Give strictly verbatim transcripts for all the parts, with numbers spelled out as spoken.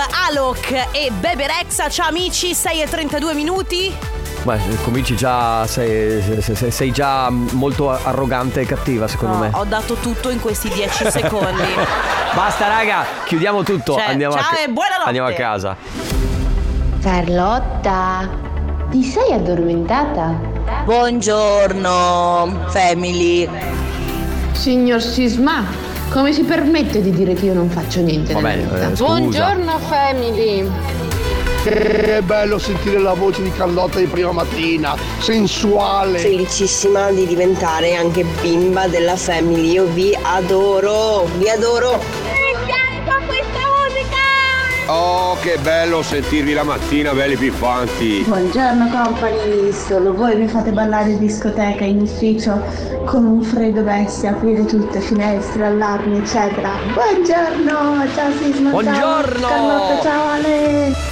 Alok e Bebe Rexha. Ciao amici, sei e trentadue minuti. Beh, cominci già, sei, sei, sei già molto arrogante e cattiva secondo no, me. Ho dato tutto in questi dieci secondi. Basta raga, chiudiamo tutto, cioè, andiamo ciao a, e buonanotte. Andiamo a casa. Carlotta, ti sei addormentata? Buongiorno family. Signor Sisma, come si permette di dire che io non faccio niente? Va bene, eh, scusa. Buongiorno family. Che bello sentire la voce di Carlotta di prima mattina, sensuale. Felicissima di diventare anche bimba della family. Io vi adoro, vi adoro. Sento questa musica! Oh, che bello sentirvi la mattina, belli piffanti. Buongiorno company, solo voi mi fate ballare in discoteca, in ufficio, con un freddo bestia, aprire tutte, finestre, allarmi, eccetera. Buongiorno, ciao Sisma, buongiorno. Ciao Carlotta, ciao Ale.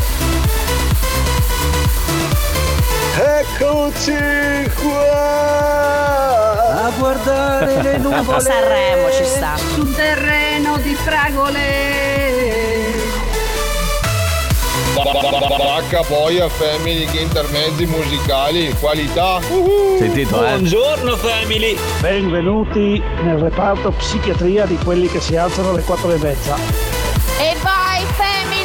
Eccoci qua a guardare le nuvole. Sanremo ci sta. Sul terreno di fragole. H poi a family che intermezzi musicali, qualità. Uh-huh. Sentito, eh? Buongiorno family. Benvenuti nel reparto psichiatria di quelli che si alzano alle quattro e mezza. E vai family.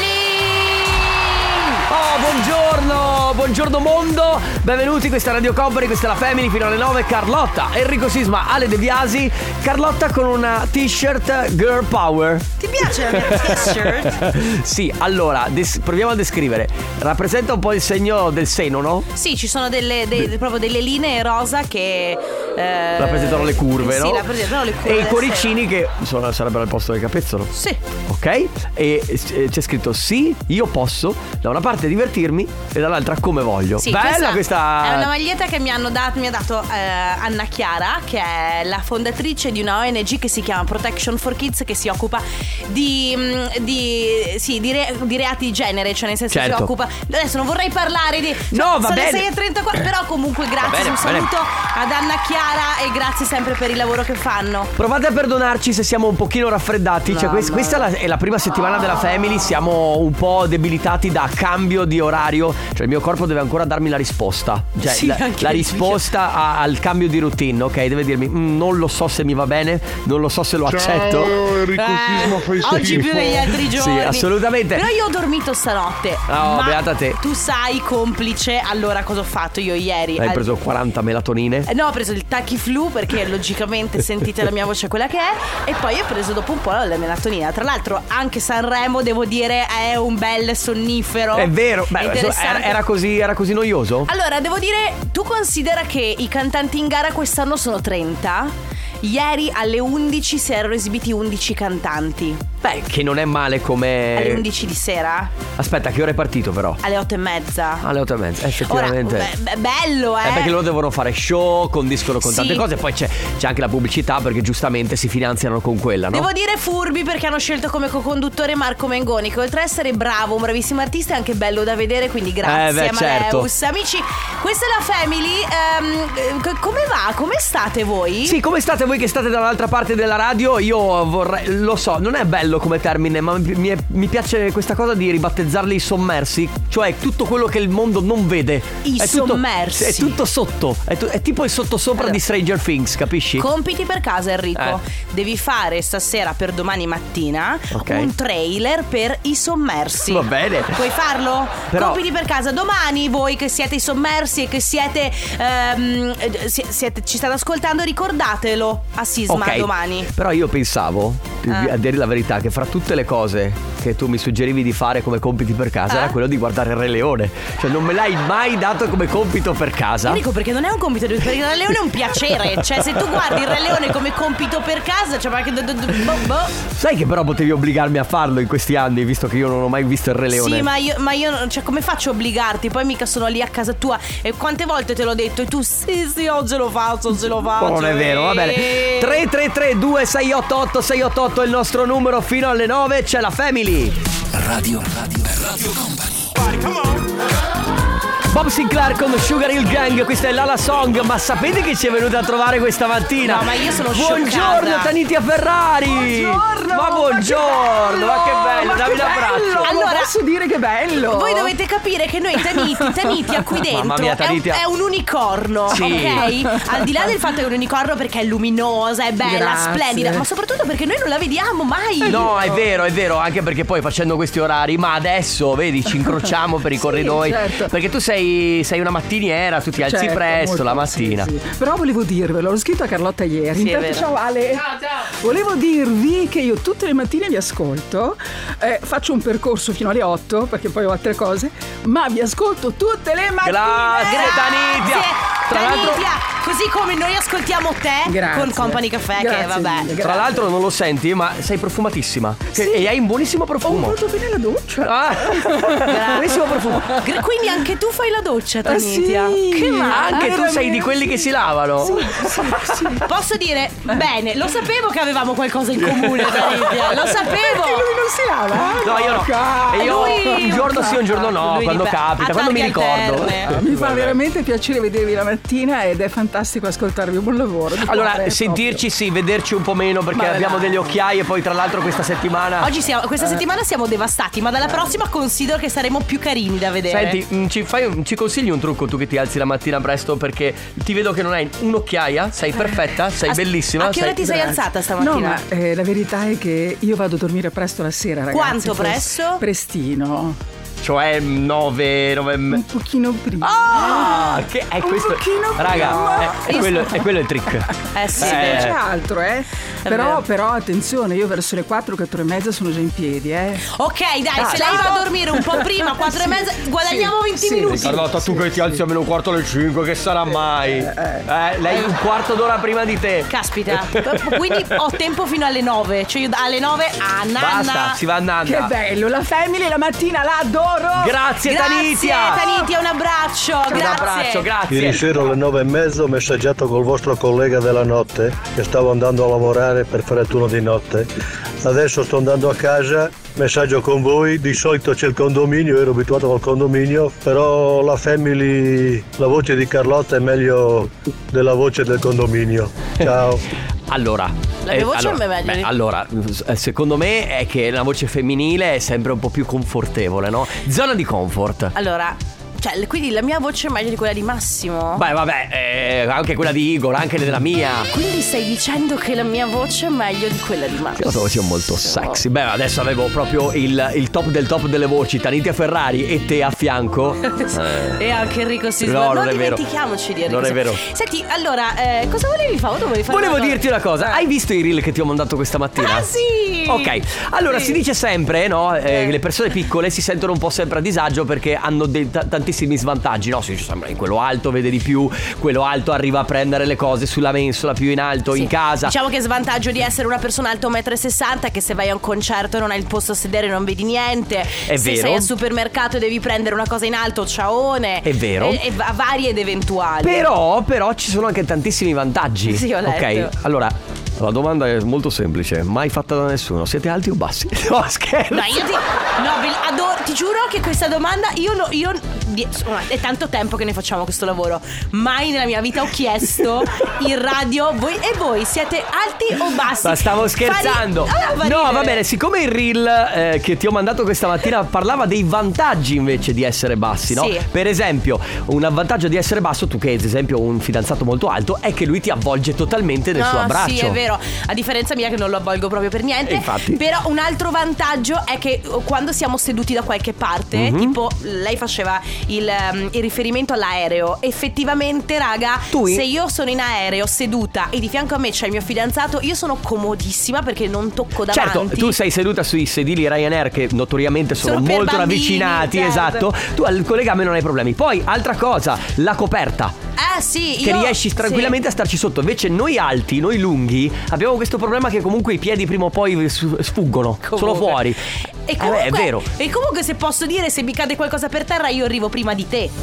Oh, buongiorno, buongiorno mondo. Benvenuti, questa è Radio Company, questa è la Family fino alle nove. Carlotta, Enrico Sisma, Ale De Biasi. Carlotta con una t-shirt Girl Power. Ti piace la mia t-shirt? Sì, allora, des- proviamo a descrivere. Rappresenta un po' il segno del seno, no? Sì, ci sono delle, de- de- proprio delle linee rosa che eh, rappresentano le curve, sì, no? rappresentano le curve. E i cuoricini che sono, sarebbero al posto del capezzolo. Sì. Ok? E eh, c'è scritto sì, io posso da una parte divertirmi e dall'altra come voglio. Sì, bella questa, questa è una maglietta che mi hanno dato, mi ha dato eh, Anna Chiara, che è la fondatrice di una O N G che si chiama Protection for Kids, che si occupa di di, sì, di, re, di reati di genere, cioè nel senso certo. si occupa. Adesso non vorrei parlare di no, va sono bene. le sei e trentaquattro, però comunque grazie, bene, un saluto ad Anna Chiara e grazie sempre per il lavoro che fanno. Provate a perdonarci se siamo un pochino raffreddati, no, cioè questa, questa è, la, è la prima settimana della Family, siamo un po' debilitati da cambio di orario, cioè il mio corpo deve ancora darmi la risposta, cioè sì, la, la risposta a, al cambio di routine, ok? Deve dirmi mm, non lo so se mi va bene, non lo so se lo Ciao, accetto. Enrico Sisma, fai Oggi schifo. più degli altri giorni. Sì, assolutamente. Però io ho dormito stanotte. Oh, ma beata te. Tu sai, complice. Allora cosa ho fatto io ieri? Hai Al... preso quaranta melatonine? Eh, no, ho preso il Tachiflu perché logicamente sentite la mia voce quella che è. E poi ho preso dopo un po' la melatonina. Tra l'altro anche Sanremo, devo dire, è un bel sonnifero. È vero. Beh, era, era, così, era così noioso? Allora, devo dire, tu considera che i cantanti in gara quest'anno sono trenta. Ieri alle undici si erano esibiti undici cantanti. Beh, che non è male come... Alle undici di sera? Aspetta, che ora è partito però? Alle otto e mezza. Alle otto e mezza, effettivamente. Ora, be- bello, eh. È perché loro devono fare show, condiscono con sì. tante cose. Poi c'è, c'è anche la pubblicità, perché giustamente si finanziano con quella, no? Devo dire furbi, perché hanno scelto come co-conduttore Marco Mengoni, che oltre a essere bravo, un bravissimo artista, è anche bello da vedere, quindi grazie eh beh, Amadeus. certo. Amici, questa è la Family. um, Come va? Come state voi? Sì, come state voi che state dall'altra parte della radio? Io vorrei, lo so, non è bello come termine, ma mi, è, mi piace questa cosa di ribattezzarli i sommersi. Cioè tutto quello che il mondo non vede. I è tutto, sommersi. È tutto sotto, è, tu, è tipo il sottosopra allora, di Stranger Things, capisci? Compiti per casa, Enrico. eh. Devi fare stasera per domani mattina okay. un trailer per i sommersi. Va bene. Puoi farlo? Però... Compiti per casa. Domani voi che siete i sommersi e che siete, ehm, siete ci state ascoltando, ricordatelo a Sisma okay. domani. Però io pensavo, eh. a dire la verità, che fra tutte le cose che tu mi suggerivi di fare come compiti per casa eh? era quello di guardare il Re Leone. Cioè non me l'hai mai dato come compito per casa. Enrico, perché non è un compito, perché il Re Leone è un piacere. Cioè se tu guardi il Re Leone come compito per casa, cioè ma che boh, boh. Sai che però potevi obbligarmi a farlo in questi anni, visto che io non ho mai visto il Re Leone. Sì, ma io, ma io cioè come faccio a obbligarti? Poi mica sono lì a casa tua. E quante volte te l'ho detto? E tu sì sì oggi lo faccio, oggi lo faccio. Oh, non è vero, va bene. Tre tre tre due sei otto otto sei otto otto è il nostro numero. Fino alle nove c'è la Family. Radio Radio Radio Company. Come on. Bob Sinclair con Sugar Hill Gang, questa è Lala Song. Ma sapete che ci è venuta a trovare questa mattina? No, ma io sono buongiorno scioccata. Tanitia Ferrari. Buongiorno. Ma buongiorno, ma che bello, ma dammi che un abbraccio. Allora, dire che bello. Voi dovete capire che noi Taniti, Taniti a qui dentro mia, è, un, è un unicorno, sì. ok? Al di là del fatto che è un unicorno perché è luminosa, è bella, Grazie. splendida, ma soprattutto perché noi non la vediamo mai. No, è vero, è vero, anche perché poi facendo questi orari, ma adesso vedi ci incrociamo per i Sì, corridoi, certo. perché tu sei, sei una mattiniera, tu ti alzi Certo, presto molto, la mattina. sì, sì. Però volevo dirvelo, l'ho scritto a Carlotta ieri. Sì, è Intanto, vero. ciao Ale. Ciao, ciao. Volevo dirvi che io tutte le mattine vi ascolto, eh, faccio un percorso fino alle otto perché poi ho altre cose, ma vi ascolto tutte le mattine. Grazie, Tanitia. Tra l'altro, Tanitia, così come noi ascoltiamo te Grazie. con Company Café, Grazie che vabbè. mille, tra l'altro non lo senti, ma sei profumatissima. Sì. E hai un buonissimo Ho profumo. molto bene la doccia. Ah, buonissimo profumo. Gra- Quindi anche tu fai la doccia, Tanitia? Ah, sì. Che male. Anche tu sei di quelli che si lavano. Sì, sì, sì. Posso dire, bene, lo sapevo che avevamo qualcosa in comune, Tanitia. Lo sapevo. Perché lui non si lava? No, io no. E io Lui- un giorno sì, un giorno no, Lui quando dipende. capita, A quando mi targhe ricordo. alterne. Mi fa veramente piacere vedervi la mattina ed è fantastico ascoltarvi. Buon lavoro. di Allora, cuore, sentirci sì, vederci un po' meno perché Ma abbiamo dai. delle occhiaie. Poi tra l'altro questa settimana Oggi siamo, Eh. questa settimana siamo devastati, ma dalla prossima considero che saremo più carini da vedere. Senti, mh, ci, fai un- ci consigli un trucco tu che ti alzi la mattina presto? Perché ti vedo che non hai un'occhiaia, sei perfetta, sei As- bellissima. a che ora sei- ti sei Grazie. alzata stamattina? No, ma eh, la verità è che io vado a dormire presto la sera, ragazzi. Quanto forse- presto? Prestino. Cioè nove, nove Un pochino prima. Ah, che è Un questo. pochino Raga, prima. è, è quello, è quello il trick. Eh sì, Eh. Non c'è altro, eh. vero. Però, però, attenzione, io verso le quattro, quattro e mezza sono già in piedi, eh. Ok, dai, Dai, se ciao. lei va a dormire un po' prima, quattro e Sì, mezza, guadagniamo sì, venti sì. minuti. Carlotta, tu che ti alzi almeno un quarto alle cinque, che sarà mai? Eh, lei un quarto d'ora prima di te. Caspita, quindi ho tempo fino alle nove. Cioè io alle nove a nanna. Basta, si va andando. Che bello, la family la mattina la adoro. Grazie, Grazie Tanitia. Tanitia, un abbraccio. Un Grazie. abbraccio, grazie. Ieri sera alle nove e mezza ho messaggiato col vostro collega della notte che stavo andando a lavorare per fare il turno di notte. Adesso sto andando a casa, messaggio con voi, di solito c'è il condominio, ero abituato al condominio, però la family, la voce di Carlotta è meglio della voce del condominio. Ciao. Allora, La mia voce allora, è meglio beh, di- allora, eh, secondo me è che la voce femminile è sempre un po' più confortevole, no? Zona di comfort. Allora, cioè, quindi la mia voce è meglio di quella di Massimo? Beh, vabbè, eh, anche quella di Igor, anche della mia. Quindi stai dicendo che la mia voce è meglio di quella di Massimo? La tua voce è molto sexy. Beh, adesso avevo proprio il, il top del top delle voci. Tanitia Ferrari e te a fianco. Eh. E anche Enrico Sisma. No, non non è vero. dimentichiamoci di Enrico Non è Sisma. vero. Senti, allora, eh, cosa volevi fare? Volevi fare Volevo una cosa? dirti una cosa. Hai visto i reel che ti ho mandato questa mattina? Ah, sì! Ok, allora Sì. si dice sempre, no? eh, Eh. Le persone piccole si sentono un po' sempre a disagio perché hanno dei t- tantissimi svantaggi, no? Si dice sempre quello alto vede di più, quello alto arriva a prendere le cose sulla mensola più in alto, Sì. in casa. Diciamo che svantaggio di essere una persona alto uno e sessanta è che se vai a un concerto e non hai il posto a sedere non vedi niente. È se vero. sei al supermercato e devi prendere una cosa in alto, ciaone. È vero. E, e va- vari ed eventuali. Però, però ci sono anche tantissimi vantaggi. Sì, ho letto. Ok, allora la domanda è molto semplice, mai fatta da nessuno. Siete alti o bassi? No, scherzo. No, io ti, no, ve- adoro, ti giuro che questa domanda io, no, io di- insomma, è tanto tempo che ne facciamo questo lavoro. Mai nella mia vita ho chiesto in radio voi e voi siete alti o bassi? Ma stavo scherzando. Fa ri- ah, fa No, ridere. va bene, siccome il reel eh, che ti ho mandato questa mattina parlava dei vantaggi invece di essere bassi, no? Sì. Per esempio, un vantaggio di essere basso, tu che hai ad esempio un fidanzato molto alto, è che lui ti avvolge totalmente nel No, suo abbraccio. sì, è vero. A differenza mia che non lo avvolgo proprio per niente. E infatti. Però un altro vantaggio è che uh, quando siamo seduti da qualche parte, Mhm. tipo lei faceva il, um, il riferimento all'aereo. Effettivamente, raga, Tu in- se io sono in aereo seduta e di fianco a me c'è il mio fidanzato, io sono comodissima perché non tocco davanti. Certo, tu sei seduta sui sedili Ryanair che notoriamente sono, Sono per molto bambini, ravvicinati, certo. esatto. Tu al collegame non hai problemi. Poi, altra cosa, la coperta. Ah, sì, Che io- riesci tranquillamente sì. a starci sotto. Invece noi alti, noi lunghi, abbiamo questo problema che comunque i piedi prima o poi su- sfuggono. Sono Comunque. fuori. E Eh, comunque, beh, è vero. E comunque se posso dire, se mi cade qualcosa per terra io arrivo prima di te.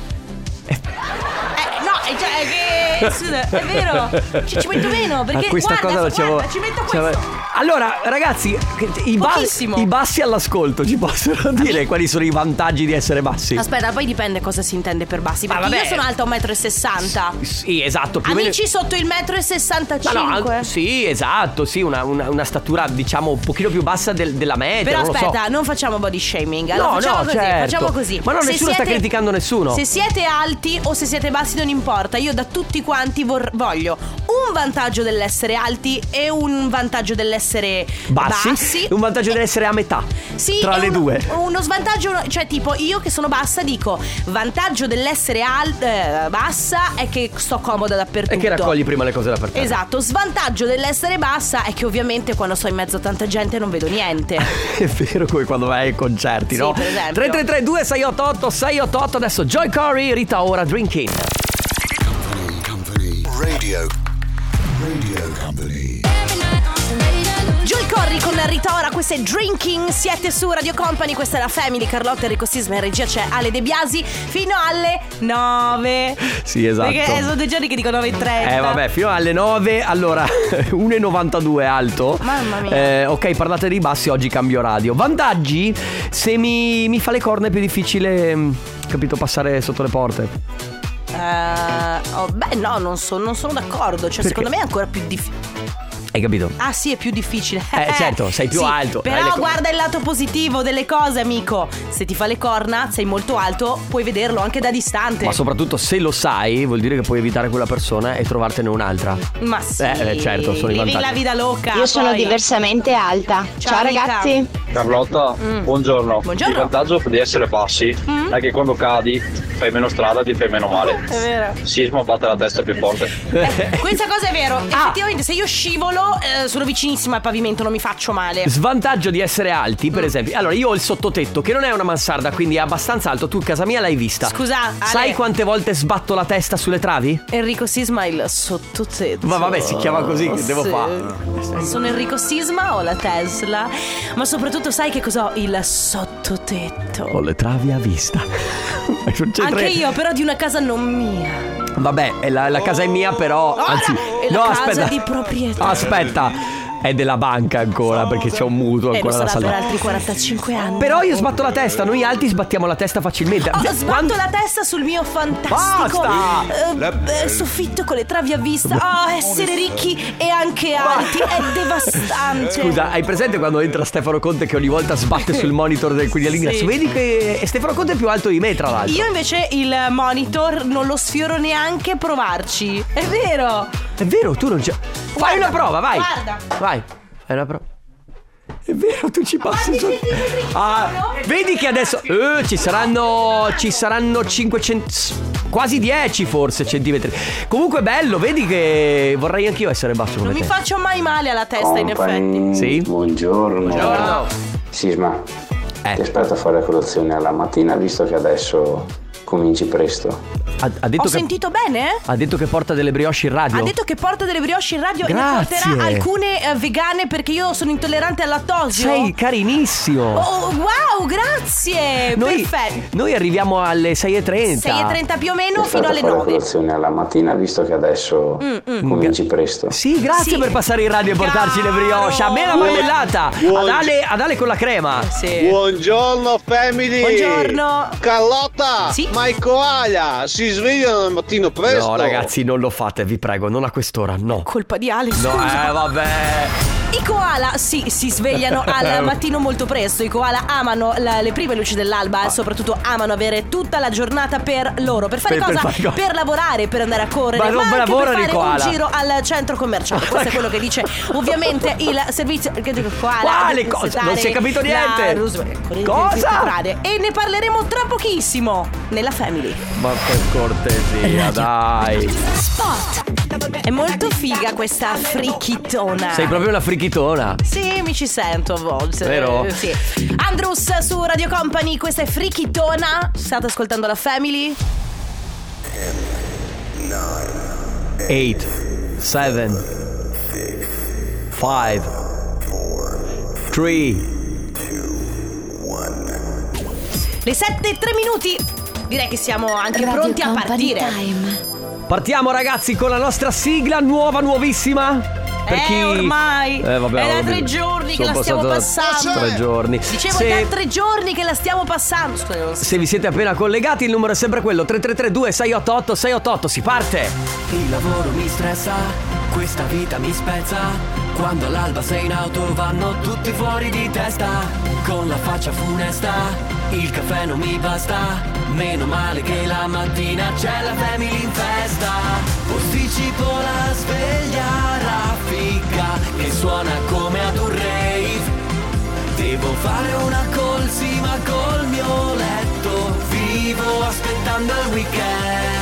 Eh, no, è, cioè, è che scusa, è vero. Ci, ci metto meno perché Ah, questa guarda, cosa non ci avevo- guarda, ci metto ci avevo- questo. Allora, ragazzi, i, ba- i bassi all'ascolto ci possono dire quali sono i vantaggi di essere bassi? Aspetta, poi dipende cosa si intende per bassi. Perché ah, io sono alta un metro e sessanta. Sì, esatto. Più Amici meno... sotto il metro e sessantacinque. No, sì, esatto, sì, una, una, una statura diciamo un pochino più bassa del, della media. Però non aspetta, lo so. non facciamo body shaming. Allora, no, facciamo no, così, certo. facciamo così. Ma no, se nessuno siete, sta criticando nessuno. Se siete alti o se siete bassi non importa. Io da tutti quanti vor- voglio un vantaggio dell'essere alti e un vantaggio dell'essere bassi, bassi. Un vantaggio dell'essere a metà. Sì, tra le uno, due. Uno svantaggio, cioè tipo io che sono bassa dico vantaggio dell'essere al- eh, bassa è che sto comoda dappertutto. E che raccogli prima le cose da per terra. Esatto. Svantaggio dell'essere bassa è che ovviamente quando sto in mezzo a tanta gente non vedo niente. È vero, come quando vai ai concerti, sì, no? per esempio. tre tre tre due sei otto otto sei otto otto. Adesso Joy Corey, Rita Ora, Drinking. Company, company. Radio. Radio Company. Joy Corry con Rita Ora, questo è Drinking, siete su Radio Company, questa è la Family, Carlotta, Enrico Sisma, in regia c'è Ale De Biasi fino alle nove. Sì, esatto. Perché sono due giorni che dico nove e trenta. Eh vabbè, fino alle nove. Allora, uno e novantadue alto. Mamma mia. eh, Ok, parlate dei bassi, oggi cambio radio. Vantaggi: se mi, mi fa le corna è più difficile, capito, passare sotto le porte. uh, oh, Beh no, non, so, non sono d'accordo. Cioè, perché? Secondo me è ancora più difficile. Hai capito? Ah sì, è più difficile. Eh certo, sei più sì, alto. Però guarda il lato positivo delle cose, amico. Se ti fa le corna, sei molto alto, puoi vederlo anche da distante. Ma soprattutto se lo sai, vuol dire che puoi evitare quella persona e trovartene un'altra. Ma sì, eh, certo, sono i vantaggi. vivi la vita loca. Io sono poi. diversamente alta. Ciao, Ciao ragazzi. Carlotta, mm. buongiorno. Buongiorno. Il vantaggio di essere bassi mm. è che quando cadi fai meno strada, ti fai meno male. È vero. Sisma batte la testa più forte. Eh, questa cosa è vero. Ah. Effettivamente se io scivolo eh, sono vicinissima al pavimento, non mi faccio male. Svantaggio di essere alti, per mm. esempio. Allora io ho il sottotetto che non è una mansarda, quindi è abbastanza alto. Tu casa mia l'hai vista. Scusa, Ale. Sai quante volte sbatto la testa sulle travi? Enrico Sisma il sottotetto. Ma vabbè, si chiama così, che sì. devo fare? Sono Enrico Sisma, ho la Tesla. Ma soprattutto sai che cos'ho? Il sottotetto. Ho le travi a vista. Anche io, però di una casa non mia. Vabbè, la, la casa è mia, però. Oh, anzi, è la no, casa aspetta. di proprietà. Aspetta. È della banca ancora, perché c'è un mutuo ancora da da saldare. saldare. Per altri quarantacinque anni. Però io sbatto la testa, noi alti sbattiamo la testa facilmente. Oh, sbatto Quando... la testa sul mio fantastico uh, soffitto con le travi a vista. Oh, essere ricchi e anche alti è devastante. Scusa, hai presente quando entra Stefano Conte che ogni volta sbatte sul monitor del quindi all'ingresso? Sì. Vedi che Stefano Conte è più alto di me, tra l'altro. Io invece il monitor non lo sfioro neanche provarci. È vero. È vero, tu non c'è. Fai una prova, vai. Guarda. Vai. Fai una prova. È vero, tu ci passi su. Ah, vedi che adesso eh, ci saranno ci saranno cinquecento, quasi dieci forse centimetri. Comunque bello, vedi che vorrei anch'io essere basso come Non te. mi faccio mai male alla testa. Company, in effetti. Sì. Buongiorno. Buongiorno. Sisma, eh. ti aspetto a fare colazione alla mattina, visto che adesso cominci presto. Ha, ha detto Ho che, sentito bene? Ha detto che porta delle brioche in radio. Ha detto che porta delle brioche in radio. Grazie. E ne porterà alcune eh, vegane perché io sono intollerante al lattosio. Sei carinissimo. Oh, wow, grazie. Noi, perfetto. Noi arriviamo alle sei e trenta. sei e trenta più o meno ti fino alle fare nove. colazione alla mattina, visto che adesso mm, mm. cominci presto. Sì, grazie sì. per passare in radio e portarci Caro. le brioche. A me la marmellata. Ad Ale, ad Ale con la crema. Sì. Buongiorno family. Buongiorno. Carlotta, sì. ma i koala si svegliano al mattino presto? No ragazzi, non lo fate, vi prego, non a quest'ora, no. Colpa di Ale, no, scusa. eh vabbè. I koala sì, si svegliano al mattino molto presto. I koala amano la, le prime luci dell'alba e soprattutto amano avere tutta la giornata per loro. Per fare per, cosa? Per, fare... per lavorare, per andare a correre, ma, ma anche per fare koala. un giro al centro commerciale. Questo è quello che dice ovviamente il servizio che dico koala. Quale cosa? Non si è capito niente. La... Cosa? E ne parleremo tra pochissimo nella Family. Ma per cortesia, dai. Spot. È molto figa questa frichitona. Sei proprio una frichitona. Sì, mi ci sento a volte. Vero? Eh, sì. Andrus su Radio Company, questa è frichitona. State ascoltando la Family? eight seven five three Le sette e tre minuti. Direi che siamo anche Radio pronti a Company partire. Time. Partiamo ragazzi con la nostra sigla nuova, nuovissima. per eh, chi ormai eh, vabbè, è da vabbè. tre giorni che Sono la stiamo passato passando. Tre giorni. Dicevo, Se- è da tre giorni che la stiamo passando. Scusa, Se vi siete appena collegati, il numero è sempre quello: tre tre tre due sei otto otto sei otto otto. Si parte. Il lavoro mi stressa, questa vita mi spezza. Quando all'alba sei in auto vanno tutti fuori di testa. Con la faccia funesta, il caffè non mi basta. Meno male che la mattina c'è la family in festa. Posticipo la sveglia raffica che suona come ad un rave. Devo fare una colsima col mio letto. Vivo aspettando il weekend.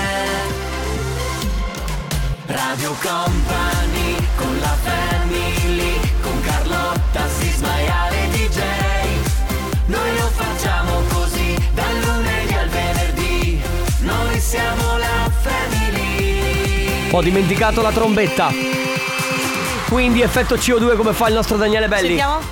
Radio Company con la family, con Carlotta, Sisma e Ale D J. Noi lo facciamo così, dal lunedì al venerdì. Noi siamo la family. Ho dimenticato la trombetta. Quindi effetto C O due come fa il nostro Daniele Belli. Sentiamo?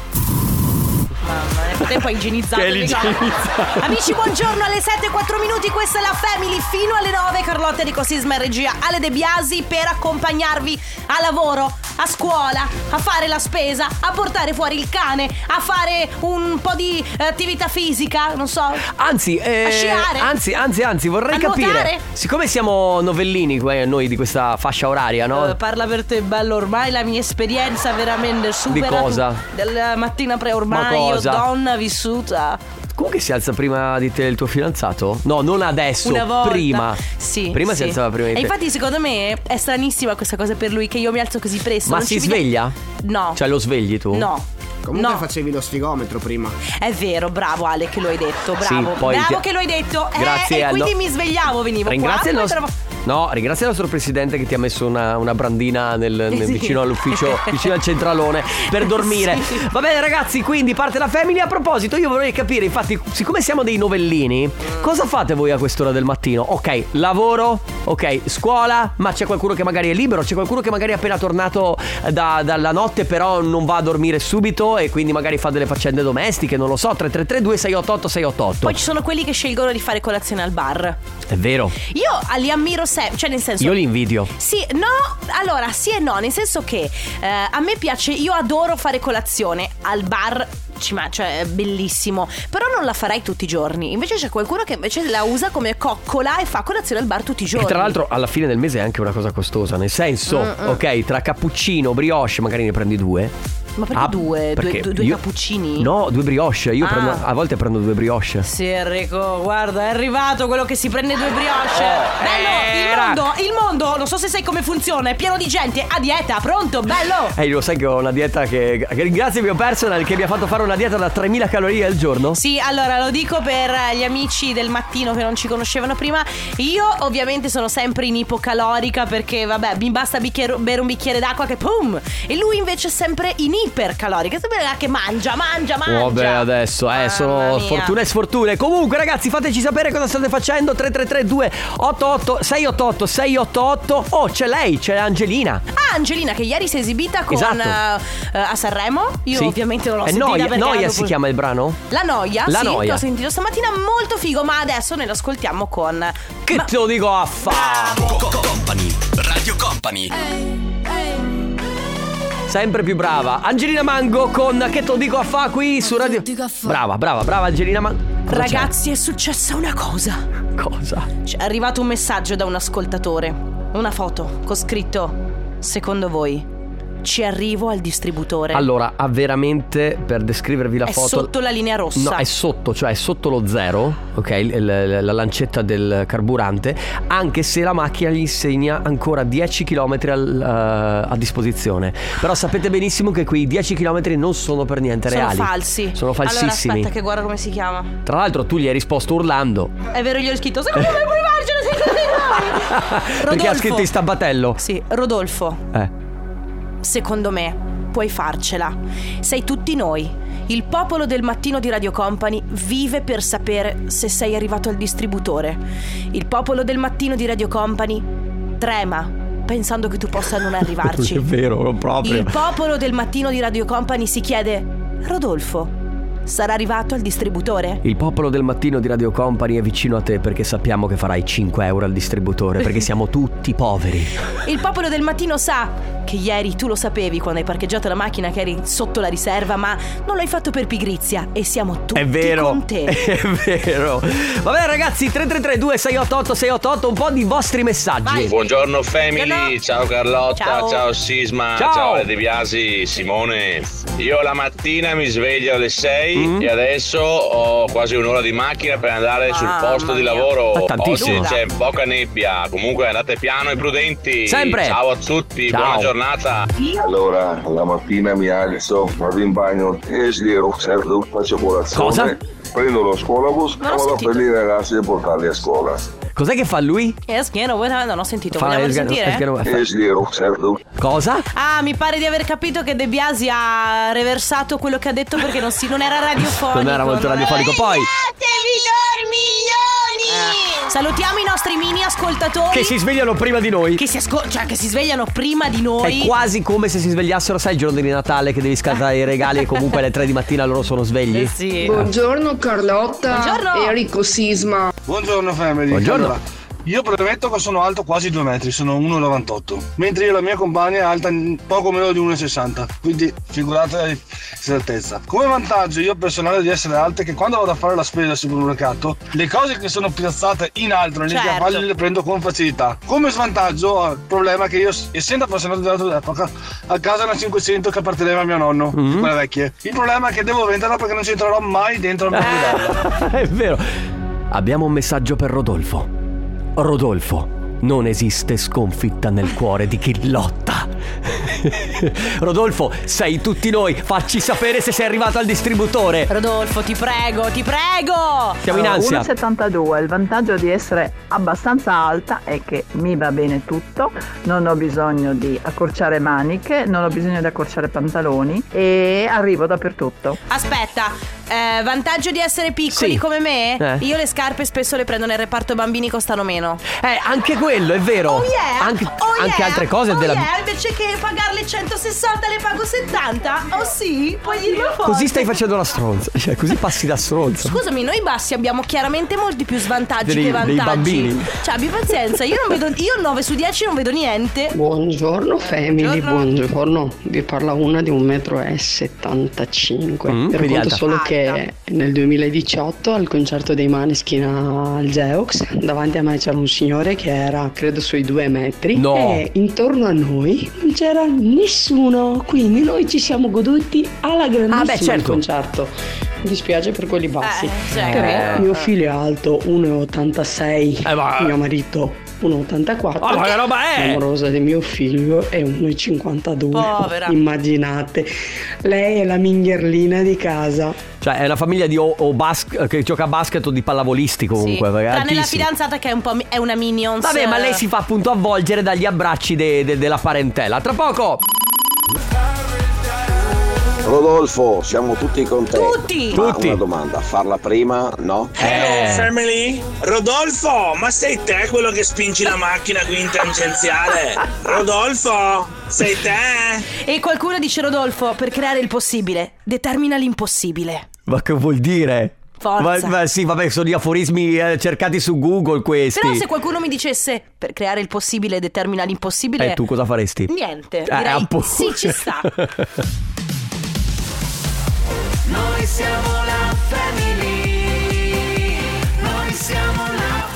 Mamma, nel frattempo hai igienizzato Che il microfono. igienizzato. Amici, buongiorno, alle sette e quattro minuti, questa è la Family. Fino alle nove, Carlotta Enrico Sisma in regia, Ale De Biasi per accompagnarvi a lavoro, a scuola, a fare la spesa, a portare fuori il cane, a fare un po' di eh, attività fisica, non so. Anzi, eh, a sciare. anzi, anzi, anzi, vorrei A capire. nuotare. Siccome siamo novellini, que- noi di questa fascia oraria, no? Eh, parla per te, bello, ormai la mia esperienza veramente supera Di cosa? tu- della mattina pre, ormai Ma io cosa? donna vissuta. Comunque si alza prima di te il tuo fidanzato? No, non adesso, Una volta. prima. Sì. Prima sì. si alzava prima di E te. infatti secondo me è stranissima questa cosa per lui, che io mi alzo così presto. Ma non si ci vede- sveglia? No. Cioè lo svegli tu? No. Comunque No. facevi lo sfigometro prima. È vero, bravo Ale che lo hai detto, bravo. Sì, poi bravo ti- che lo hai detto. Grazie eh, e al quindi no- mi svegliavo, venivo Ringrazia qua. il poi nostro... trovo- No, ringrazia il nostro presidente che ti ha messo una, una brandina nel, nel- Sì. vicino all'ufficio, vicino al centralone per dormire. Sì. Va bene ragazzi, quindi parte la family. A proposito, io vorrei capire, infatti, siccome siamo dei novellini, cosa fate voi a quest'ora del mattino? Ok, lavoro, ok, scuola, ma c'è qualcuno che magari è libero, c'è qualcuno che magari è appena tornato da- dalla notte però non va a dormire subito e quindi magari fa delle faccende domestiche, non lo so. Tre tre tre due sei otto otto sei otto otto. Poi ci sono quelli che scelgono di fare colazione al bar. È vero. Io li ammiro sempre, cioè nel senso... Io li invidio. Sì, no, allora sì e no, nel senso che eh, a me piace, io adoro fare colazione al bar, ci ma- cioè è bellissimo, però non la farei tutti i giorni. Invece c'è qualcuno che invece la usa come coccola e fa colazione al bar tutti i E giorni. tra l'altro alla fine del mese è anche una cosa costosa. Nel senso, Mm-mm. ok, tra cappuccino, brioche magari ne prendi due. Ma perché Ah, due? perché due, due io- cappuccini? No, due brioche. Io Ah. prendo, a volte prendo due brioche. Sì, Enrico, guarda, è arrivato quello che si prende due brioche. Bello, il era. mondo, il mondo, non so se sai come funziona, è pieno di gente a dieta, pronto, bello. Eh, lo sai che ho una dieta che, che ringrazio il mio personal che mi ha fatto fare una dieta da tremila calorie al giorno. Sì, allora lo dico per gli amici del mattino che non ci conoscevano prima. Io ovviamente sono sempre in ipocalorica perché vabbè, mi basta bicchiere- bere un bicchiere d'acqua che pum. E lui invece è sempre in ipercalorica, sempre là che mangia, mangia, mangia. Vabbè, adesso eh, sono Mamma mia. sfortune e sfortune. Comunque ragazzi, fateci sapere cosa state facendo. Tre tre tre due otto otto sei otto otto sei otto otto. Oh, c'è lei, c'è Angelina. Ah, Angelina che ieri si è esibita con Esatto. eh, a Sanremo. Io Sì. ovviamente non l'ho È sentita Noia, perché Noia dopo- si chiama il brano? La noia, La sì, Noia. che ho sentito stamattina, molto figo, ma adesso ne lo ascoltiamo con Che te lo dico a fa? Company, Radio Company. Sempre più brava Angelina Mango con Che te lo dico a fa qui su Radio. Brava, brava, brava Angelina Mango. Cosa Ragazzi, è successa una cosa. c'è? Cosa? C'è arrivato un messaggio da un ascoltatore. Una foto con scritto: secondo voi ci arrivo al distributore? Allora, ha veramente, per descrivervi la È foto, sotto la linea rossa. No, è sotto, cioè è sotto lo zero, ok, il- la, la lancetta del carburante, anche se la macchina gli insegna ancora dieci chilometri al- eh, a disposizione. Però sapete benissimo che quei dieci chilometri non sono per niente Sono reali. falsi. Sono falsissimi. Allora aspetta che guarda come si chiama. Tra l'altro tu gli hai risposto urlando. È vero, gli ho scritto: secondo me puoi farcela, secondo me. Perché ha scritto in stabatello. Sì, Rodolfo. Eh. Secondo me puoi farcela. Sei tutti noi. Il popolo del mattino di Radio Company vive per sapere se sei arrivato al distributore. Il popolo del mattino di Radio Company trema pensando che tu possa non arrivarci. È vero, non proprio. Il popolo del mattino di Radio Company si chiede: Rodolfo, sarà arrivato al distributore? Il popolo del mattino di Radio Company è vicino a te perché sappiamo che farai cinque euro al distributore, perché siamo tutti poveri. Il popolo del mattino sa: che ieri tu lo sapevi quando hai parcheggiato la macchina che eri sotto la riserva, ma non l'hai fatto per pigrizia e siamo tutti È vero, con te. è vero. Vabbè ragazzi, tre tre tre due sei otto otto sei otto otto, un po' di vostri messaggi. Vai. Buongiorno family, Buongiorno. ciao Carlotta, Ciao. ciao, Sisma, Ciao. ciao De Biasi, Simone. Io la mattina mi sveglio alle sei Mm. e adesso ho quasi un'ora di macchina per andare sul Mamma posto di mia. lavoro. Ma tantissimo. Oggi c'è poca nebbia, comunque andate piano e prudenti. Sempre. Ciao a tutti, Ciao. buona giornata. Allora, la mattina mi alzo, vado in bagno e sgiro, certo, faccio colazione. Cosa? Prendo lo scuolabus e Non ho vado sentito. per i ragazzi e portarli a scuola. Cos'è che fa lui? E schieno, non ho sentito, Fa vogliamo il- sentire? il- il- E sgiro, certo. Cosa? Ah, mi pare di aver capito che De Biasi ha reversato quello che ha detto perché non, si, non era radiofonico. Non era molto radiofonico. Poi Eh, salutiamo i nostri mini ascoltatori che si svegliano prima di noi. che si, asco- cioè, che si svegliano prima di noi. È quasi come se si svegliassero, sai, il giorno di Natale che devi scartare i regali e comunque alle tre di mattina loro sono svegli. Eh sì. Buongiorno Carlotta. Buongiorno. Enrico Sisma. Buongiorno family. Buongiorno. Allora, io premetto che sono alto quasi due metri, sono uno virgola novantotto, mentre io la mia compagna è alta poco meno di uno virgola sessanta, quindi figurate l'altezza. Come vantaggio io personale di essere alto è che quando vado a fare la spesa al supermercato, le cose che sono piazzate in alto negli Certo. scaffali le prendo con facilità. Come svantaggio ho il problema che io, essendo appassionato dell'epoca, a casa una cinquecento che apparteneva a mio nonno, Mm. quelle vecchie. Il problema è che devo venderla perché non ci entrerò mai dentro la mia guidalla. È vero. Abbiamo un messaggio per Rodolfo. Rodolfo, non esiste sconfitta nel cuore di chi lotta. Rodolfo, sei tutti noi. Facci sapere se sei arrivato al distributore. Rodolfo, ti prego, ti prego. Siamo in ansia. uno virgola settantadue, il vantaggio di essere abbastanza alta è che mi va bene tutto, non ho bisogno di accorciare maniche, non ho bisogno di accorciare pantaloni e arrivo dappertutto. Aspetta, eh, vantaggio di essere piccoli Sì. come me? Eh. Io le scarpe spesso le prendo nel reparto bambini, costano meno. Eh, anche quello, è vero. Oh yeah, Anche, oh anche yeah, altre cose oh della yeah, invece che pagarle centosessanta le pago settanta? Oh sì, puoi dirlo forte. Così stai facendo la stronza. Cioè, così passi da stronza. Scusami, noi bassi abbiamo chiaramente molti più svantaggi Dei- che dei vantaggi. bambini. Cioè, abbi pazienza, io non vedo. Io nove su dieci non vedo niente. Buongiorno family, Buongiorno. buongiorno. Vi parla una di un metro e settantacinque. Mm, per quindi conto alta. solo che nel duemiladiciotto al concerto dei Maneskin al Geox davanti a me c'era un signore che era credo sui due metri No. e intorno a noi non c'era nessuno, quindi noi ci siamo goduti alla grandissima Ah, beh, certo. il concerto. Mi dispiace per quelli bassi, Eh, cioè, però eh. mio figlio è alto uno virgola ottantasei, Eh, ma- mio marito uno virgola ottantaquattro, Ah, ma che roba è? l'amorosa di mio figlio è uno virgola cinquantadue. Povera. Immaginate, lei è la mingherlina di casa. Cioè, è una famiglia di o, o bas- che gioca a basket o di pallavolisti comunque. Sì. perché è Tranne la altissimo. fidanzata che è un po' mi- è una Minions. Vabbè, ma lei si fa appunto avvolgere dagli abbracci de- de- della parentela. Tra poco. Rodolfo, siamo tutti con te. Tutti. Ma Tutti. una domanda, farla prima? No? Eh. Family? Rodolfo, ma sei te quello che spingi la macchina qui in tangenziale? Rodolfo, sei te? E qualcuno dice: Rodolfo, per creare il possibile, determina l'impossibile. Ma che vuol dire? Forza. Ma, ma sì, vabbè, sono gli aforismi eh, cercati su Google questi. Però se qualcuno mi dicesse per creare il possibile determina l'impossibile, Eh, tu cosa faresti? niente, Eh, direi appunto. sì, ci sta. Noi siamo la family. Noi siamo la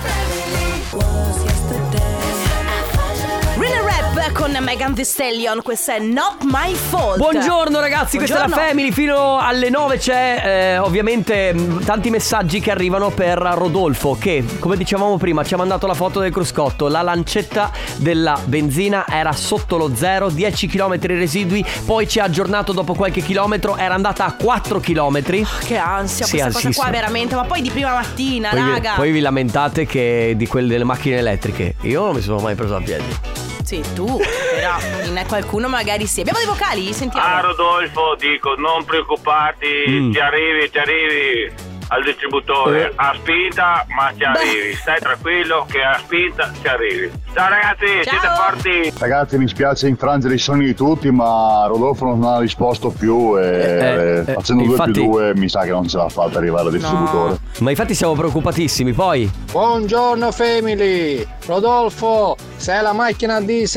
Real Rap con Megan Thee Stallion, questa è Not My Fault. Buongiorno ragazzi, questa è la Buongiorno. Family. Fino alle nove c'è eh, ovviamente mh, tanti messaggi che arrivano per Rodolfo, che come dicevamo prima ci ha mandato la foto del cruscotto. La lancetta della benzina era sotto lo zero, dieci chilometri residui. Poi ci ha aggiornato dopo qualche chilometro, era andata a quattro chilometri. Che ansia, Sì, questa cosa ansia. qua veramente. Ma poi di prima mattina, Poi vi, raga. poi vi lamentate che di quelle delle macchine elettriche. Io non mi sono mai preso a piedi. Sì, tu, però in qualcuno magari sì. Abbiamo dei vocali? Sentiamo. Ah, Rodolfo, dico, non preoccuparti, Mm. ti arrivi, ti arrivi al distributore. Eh. A spinta, ma ci arrivi. Stai tranquillo che a spinta ci arrivi. Ciao ragazzi, Ciao. siete forti. Ragazzi, mi spiace infrangere i sogni di tutti, ma Rodolfo non ha risposto più e Eh, eh, facendo due infatti- più due mi sa che non ce l'ha fatta arrivare al distributore. Ma infatti siamo preoccupatissimi. Poi Buongiorno family, Rodolfo, se hai la macchina a diesel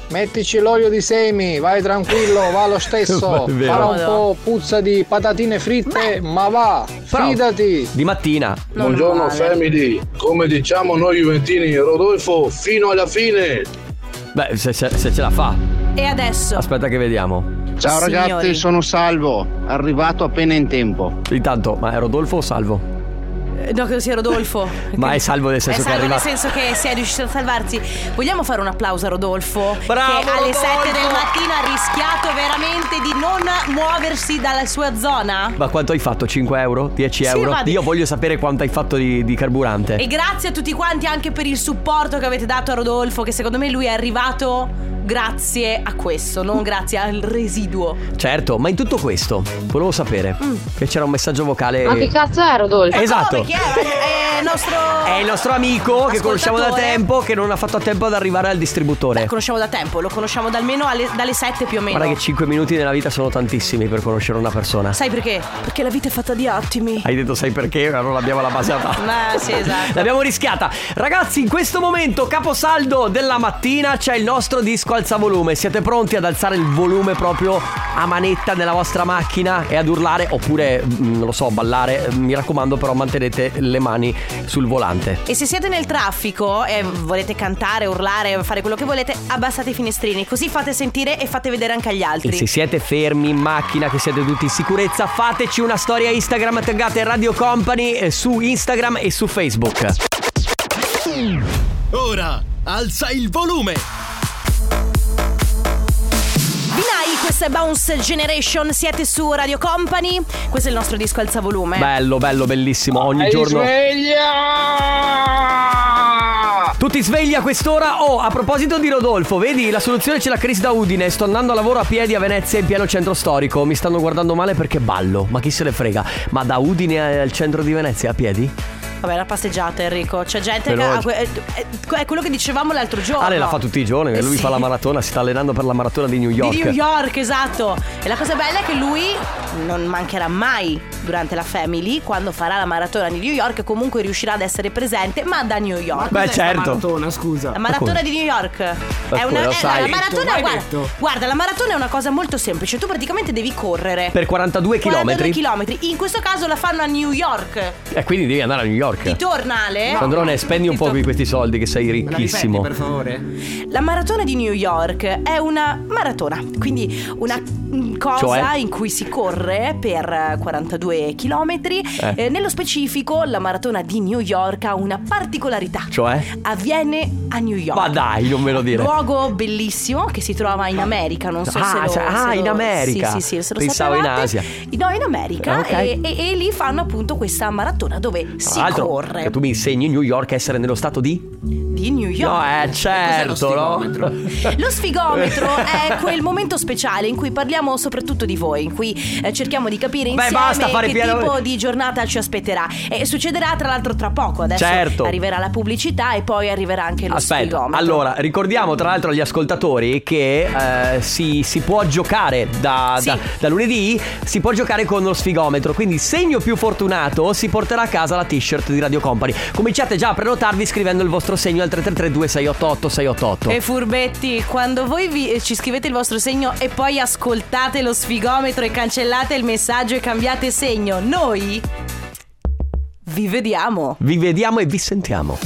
mettici l'olio di semi, vai tranquillo, va lo stesso. Farà un po' puzza di patatine fritte, ma va, fidati. Di mattina. Buongiorno family, come diciamo noi juventini, Rodolfo fino alla fine. Beh, se, se, se ce la fa. E adesso? Aspetta che vediamo. Ciao Signori. ragazzi, sono Salvo, arrivato appena in tempo. Intanto, ma è Rodolfo o Salvo? No, credo sia Rodolfo. Ma è salvo nel senso è che è salvo nel arrivato. senso che si è riuscito a salvarsi. Vogliamo fare un applauso a Rodolfo? Bravo, che alle Rodolfo! sette del mattino ha rischiato veramente di non muoversi dalla sua zona. Ma quanto hai fatto? cinque euro? dieci Sì, euro? ma di- Io voglio sapere quanto hai fatto di, di carburante. E grazie a tutti quanti anche per il supporto che avete dato a Rodolfo, che secondo me lui è arrivato grazie a questo, non grazie al residuo. Certo, ma in tutto questo volevo sapere Mm. che c'era un messaggio vocale. Ma che cazzo è Rodolfo? Esatto. Chi è? È il nostro È il nostro amico che conosciamo da ascoltatore. tempo, che non ha fatto a tempo ad arrivare al distributore. Lo conosciamo da tempo, lo conosciamo da almeno alle- dalle sette più o meno. Guarda che cinque minuti nella vita sono tantissimi per conoscere una persona. Sai perché? Perché la vita è fatta di attimi. Hai detto sai perché? Non abbiamo la basata. Ma sì, esatto. L'abbiamo rischiata. Ragazzi, in questo momento, caposaldo della mattina, c'è il nostro disco alzavolume. Siete pronti ad alzare il volume proprio a manetta nella vostra macchina e ad urlare? Oppure, mm, non lo so, ballare? Mi raccomando, però mantenete le mani sul volante. E se siete nel traffico e volete cantare, urlare, fare quello che volete, abbassate i finestrini, così fate sentire e fate vedere anche agli altri. E se siete fermi in macchina, che siete tutti in sicurezza, fateci una storia Instagram, taggate Radio Company eh, su Instagram e su Facebook. Ora alza il volume. Binai, questa è Bounce Generation, siete su Radio Company. Questo è il nostro disco alzavolume. Bello, bello, bellissimo. Ogni Ehi, giorno. sveglia! Tutti svegli a quest'ora. Oh, a proposito di Rodolfo, vedi, la soluzione ce l'ha Chris da Udine. Sto andando a lavoro a piedi a Venezia in pieno centro storico. Mi stanno guardando male perché ballo. Ma chi se ne frega? Ma da Udine al centro di Venezia a piedi? Vabbè, la passeggiata, Enrico. C'è gente Però- che ha- è, è quello che dicevamo l'altro giorno. Ale la fa tutti i giorni. Eh Lui sì. fa la maratona, si sta allenando per la maratona di New York. Di New York, esatto. E la cosa bella è che lui non mancherà mai durante la Family, quando farà la maratona di New York, comunque riuscirà ad essere presente, ma da New York. Beh, certo. Maratona, scusa. La maratona di New York è una, lo è- sai. la maratona, Detto, vai guarda, detto. guarda, la maratona è una cosa molto semplice. Tu praticamente devi correre Per quarantadue chilometri. chilometri. In questo caso la fanno a New York. E quindi devi andare a New York. Ti torna, Ale? Sandrone, spendi un po' di questi soldi che sei ricchissimo. Per favore. La maratona di New York è una maratona, quindi una mm, cosa Cioè? in cui si corre per quarantadue chilometri. Eh. Eh, nello specifico, la maratona di New York ha una particolarità. Cioè? Avviene a New York. Ma dai, non me lo dire. Luogo bellissimo che si trova in America, non so Ah, se lo cioè- ah, se in lo- America. Sì, sì, sì, se lo Pensavo in sapevate. Asia. No, in America. Ok. e, e- e lì fanno appunto questa maratona dove Tra si l'altro, corre. che tu mi insegni New York essere nello stato di? Di New York. No, eh, certo, no? Lo sfigometro è quel momento speciale in cui parliamo soprattutto di voi, in cui eh, cerchiamo di capire Beh, insieme basta fare che piano- tipo di giornata ci aspetterà. E succederà tra l'altro tra poco. Adesso Certo. arriverà la pubblicità e poi arriverà anche lo Aspetta, sfigometro. allora ricordiamo tra l'altro agli ascoltatori che eh, si, si può giocare da, Sì. da, da lunedì, si può giocare con lo sfigometro, quindi segno più fortunato si porterà a casa la t-shirt di Radio Company. Cominciate già a prenotarvi scrivendo il vostro segno al tre tre tre due sei otto otto sei otto otto. E furbetti, quando voi vi, ci scrivete il vostro segno e poi ascoltate lo sfigometro e cancellate il messaggio e cambiate segno, noi vi vediamo. Vi vediamo e vi sentiamo.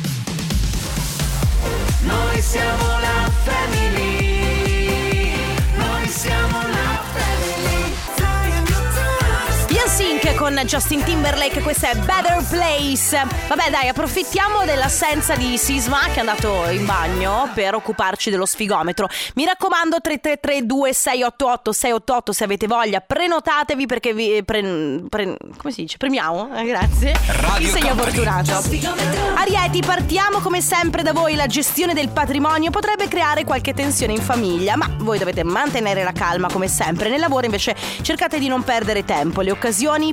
Noi siamo la family. Noi siamo la family. In sync con Justin Timberlake, questa è Better Place. Vabbè dai, approfittiamo dell'assenza di Sisma che è andato in bagno per occuparci dello sfigometro. Mi raccomando, tre tre tre due sei otto otto sei otto otto, se avete voglia prenotatevi perché vi pre, pre, come si dice? Premiamo? Eh, grazie. Radio Il segno Company. fortunato. Arieti, partiamo come sempre da voi. La gestione del patrimonio potrebbe creare qualche tensione in famiglia, ma voi dovete mantenere la calma come sempre. Nel lavoro invece cercate di non perdere tempo. Le occasioni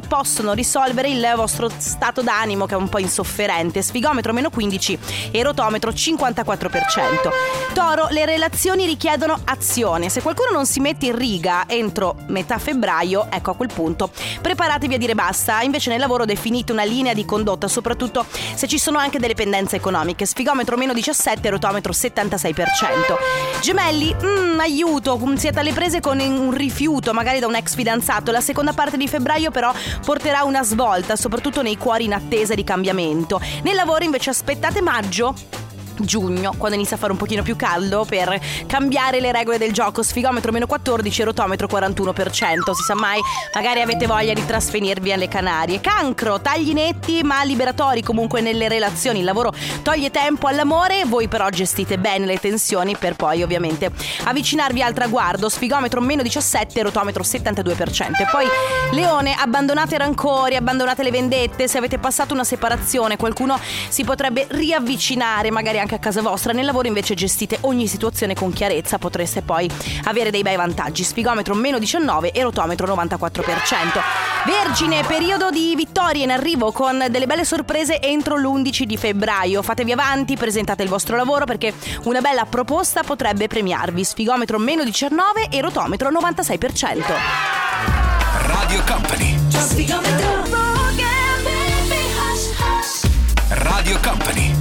possono risolvere il vostro stato d'animo che è un po' insofferente. Sfigometro meno quindici e rotometro cinquantaquattro per cento. Toro, le relazioni richiedono azione. Se qualcuno non si mette in riga entro metà febbraio, ecco, a quel punto preparatevi a dire basta. Invece nel lavoro definite una linea di condotta, soprattutto se ci sono anche delle pendenze economiche. Sfigometro meno diciassette, rotometro settantasei per cento. Gemelli, mm, aiuto, siete alle prese con un rifiuto magari da un ex fidanzato. La seconda parte di febbraio però porterà una svolta, soprattutto nei cuori in attesa di cambiamento. Nel lavoro invece aspettate maggio, giugno, quando inizia a fare un pochino più caldo, per cambiare le regole del gioco. Sfigometro meno quattordici, rotometro quarantuno per cento. Si sa mai, magari avete voglia di trasferirvi alle Canarie. Cancro, tagli netti ma liberatori comunque nelle relazioni. Il lavoro toglie tempo all'amore, voi però gestite bene le tensioni per poi ovviamente avvicinarvi al traguardo. Sfigometro meno diciassette, rotometro settantadue per cento. E poi Leone, abbandonate rancori, abbandonate le vendette. Se avete passato una separazione, qualcuno si potrebbe riavvicinare magari anche a casa vostra. Nel lavoro invece gestite ogni situazione con chiarezza, potreste poi avere dei bei vantaggi. Sfigometro meno diciannove e rotometro novantaquattro per cento. Vergine, periodo di vittorie in arrivo con delle belle sorprese entro l'undici di febbraio. Fatevi avanti, presentate il vostro lavoro perché una bella proposta potrebbe premiarvi. Sfigometro meno diciannove e rotometro novantasei per cento. Radio Company. Radio Company.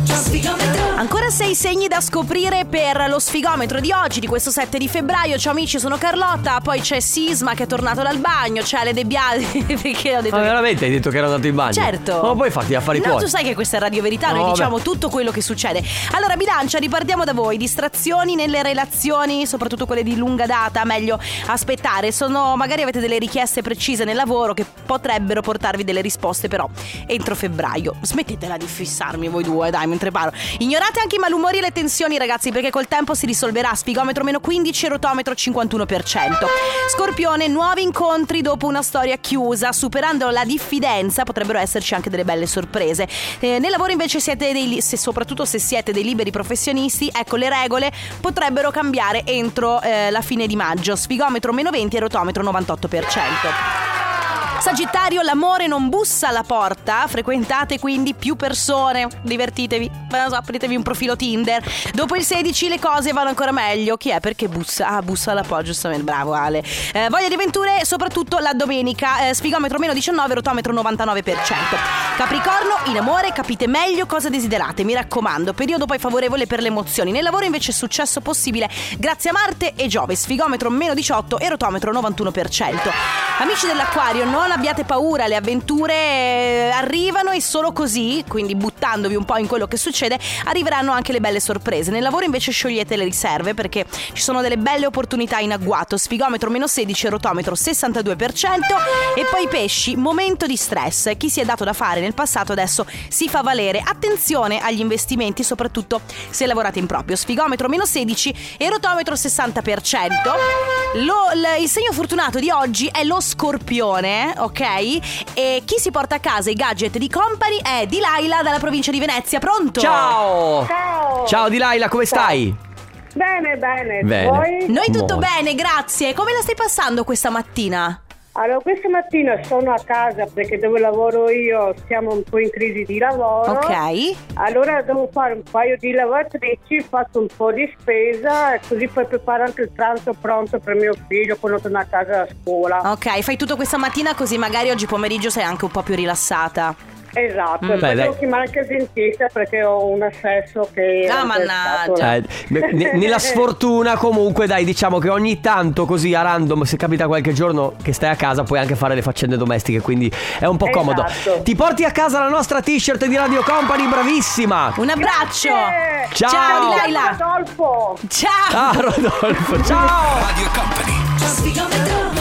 Ancora sei segni da scoprire per lo sfigometro di oggi, di questo sette di febbraio. Ciao amici, sono Carlotta. Poi c'è Sisma che è tornato dal bagno. C'è Ale De Biasi perché ho detto Ma che... veramente hai detto che era andato in bagno? Certo. Ma poi fatti affari no, tuoi. tu sai che questa è Radio Verità. Noi no, diciamo beh. tutto quello che succede. Allora bilancia, ripartiamo da voi. Distrazioni nelle relazioni, soprattutto quelle di lunga data, meglio aspettare. Sono, magari avete delle richieste precise nel lavoro che potrebbero portarvi delle risposte però entro febbraio. Smettetela di fissarmi voi due, dai, mentre parlo. Ignorate anche i malumori e le tensioni, ragazzi, perché col tempo si risolverà. Sfigometro meno quindici, rotometro cinquantuno per cento. Scorpione, nuovi incontri dopo una storia chiusa. Superando la diffidenza potrebbero esserci anche delle belle sorprese. Eh, nel lavoro invece siete dei, se, soprattutto se siete dei liberi professionisti, ecco, le regole potrebbero cambiare entro eh, la fine di maggio. Sfigometro meno venti e rotometro novantotto per cento. Sagittario, l'amore non bussa alla porta. Frequentate quindi più persone. Divertitevi, apritevi un profilo Tinder. Dopo il sedici le cose vanno ancora meglio. Chi è? Perché bussa? Ah, bussa alla porta, giustamente, bravo Ale. eh, Voglia di avventure soprattutto la domenica. eh, Sfigometro meno diciannove, rotometro novantanove per cento. Capricorno, in amore capite meglio cosa desiderate, mi raccomando. Periodo poi favorevole per le emozioni. Nel lavoro invece successo possibile grazie a Marte e Giove. Sfigometro meno diciotto e rotometro novantuno per cento. Amici dell'Acquario, non abbiate paura, le avventure arrivano e solo così, quindi buttandovi un po' in quello che succede, arriveranno anche le belle sorprese. Nel lavoro invece sciogliete le riserve perché ci sono delle belle opportunità in agguato. Sfigometro meno sedici, rotometro sessantadue per cento. E poi pesci, momento di stress. Chi si è dato da fare nel passato adesso si fa valere. Attenzione agli investimenti, soprattutto se lavorate in proprio. Sfigometro meno sedici e rotometro sessanta per cento. Lo, l, il segno fortunato di oggi è lo Scorpione, ok? E chi si porta a casa i gadget di Company è Dilaila dalla provincia di Venezia. Pronto? Ciao! Ciao! Ciao Dilaila, come stai? Bene, bene. Bene. Voi? Noi tutto Molto. bene, grazie. Come la stai passando questa mattina? Allora, questa mattina sono a casa perché dove lavoro io siamo un po' in crisi di lavoro. Ok. Allora devo fare un paio di lavatrici, faccio un po' di spesa e così poi preparo anche il pranzo pronto per mio figlio quando torna a casa da scuola. Ok, fai tutto questa mattina così magari oggi pomeriggio sei anche un po' più rilassata. Esatto, Mm. e poi Beh, devo dai. chiamare anche il dentista perché ho un assesso che... Ah, mannaggia. Eh, ne- nella sfortuna comunque dai, diciamo che ogni tanto così a random, se capita qualche giorno che stai a casa, puoi anche fare le faccende domestiche, quindi è un po' comodo. Esatto. Ti porti a casa la nostra t-shirt di Radio Company, bravissima. Un abbraccio. Grazie. Ciao. Ciao Dilaila. Rodolfo. Ciao. Ah, Rodolfo, ciao. Radio Company.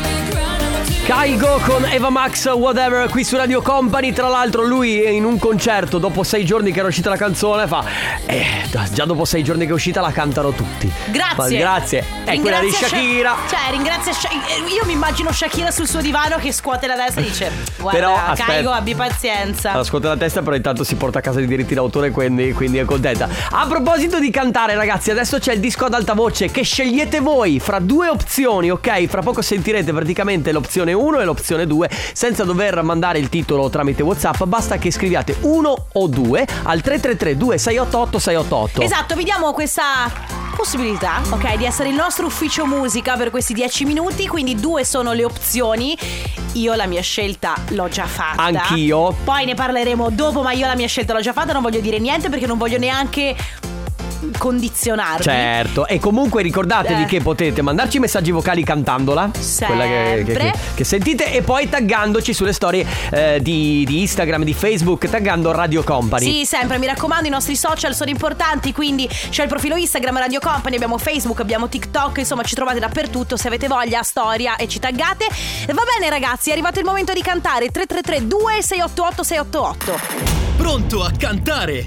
Kaigo con Eva Max, Whatever, qui su Radio Company. Tra l'altro lui è in un concerto, dopo sei giorni che era uscita la canzone, fa eh, già dopo sei giorni che è uscita la cantano tutti. Grazie. Ma grazie. È quella di Ringrazia Shakira. Sha- Cioè ringrazia Sha- Io mi immagino Shakira sul suo divano che scuote la testa e dice guarda Però, aspetta. Kaigo, abbi pazienza. Allora, scuote la testa, però intanto si porta a casa i diritti d'autore, quindi, quindi è contenta. A proposito di cantare, ragazzi, adesso c'è il disco ad alta voce che scegliete voi fra due opzioni, ok? Fra poco sentirete praticamente l'opzione uno uno e l'opzione due, senza dover mandare il titolo tramite WhatsApp. Basta che scriviate uno o due al tre tre tre due sei otto otto sei otto otto. Esatto, vi diamo questa possibilità, ok, di essere il nostro ufficio musica per questi dieci minuti. Quindi due sono le opzioni. Io la mia scelta l'ho già fatta. Anch'io. Poi ne parleremo dopo, ma io la mia scelta l'ho già fatta. Non voglio dire niente perché non voglio neanche condizionarvi. Certo. E comunque ricordatevi Eh. che potete mandarci messaggi vocali cantandola, quella che, che, che, che sentite, e poi taggandoci sulle storie eh, di, di Instagram, di Facebook, taggando Radio Company. Sì, sempre, mi raccomando, i nostri social sono importanti. Quindi c'è il profilo Instagram Radio Company, abbiamo Facebook, abbiamo TikTok, insomma ci trovate dappertutto. Se avete voglia, storia, e ci taggate. E va bene ragazzi, è arrivato il momento di cantare. Tre tre tre due sei otto otto sei otto otto. Pronto a cantare?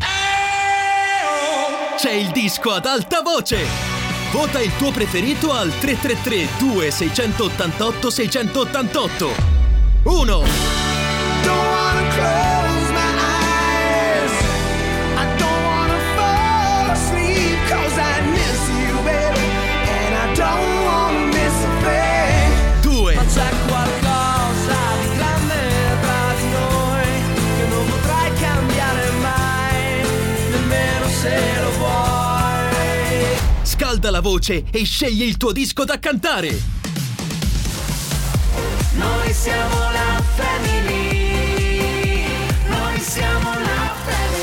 C'è il disco ad alta voce. Vota il tuo preferito al tre tre tre due sei otto otto sei otto otto. uno. due. Ma c'è qualcosa di grande tra di noi che non potrai cambiare mai, nemmeno se lo vuoi. Scalda la voce e scegli il tuo disco da cantare. Noi siamo la family. Noi siamo la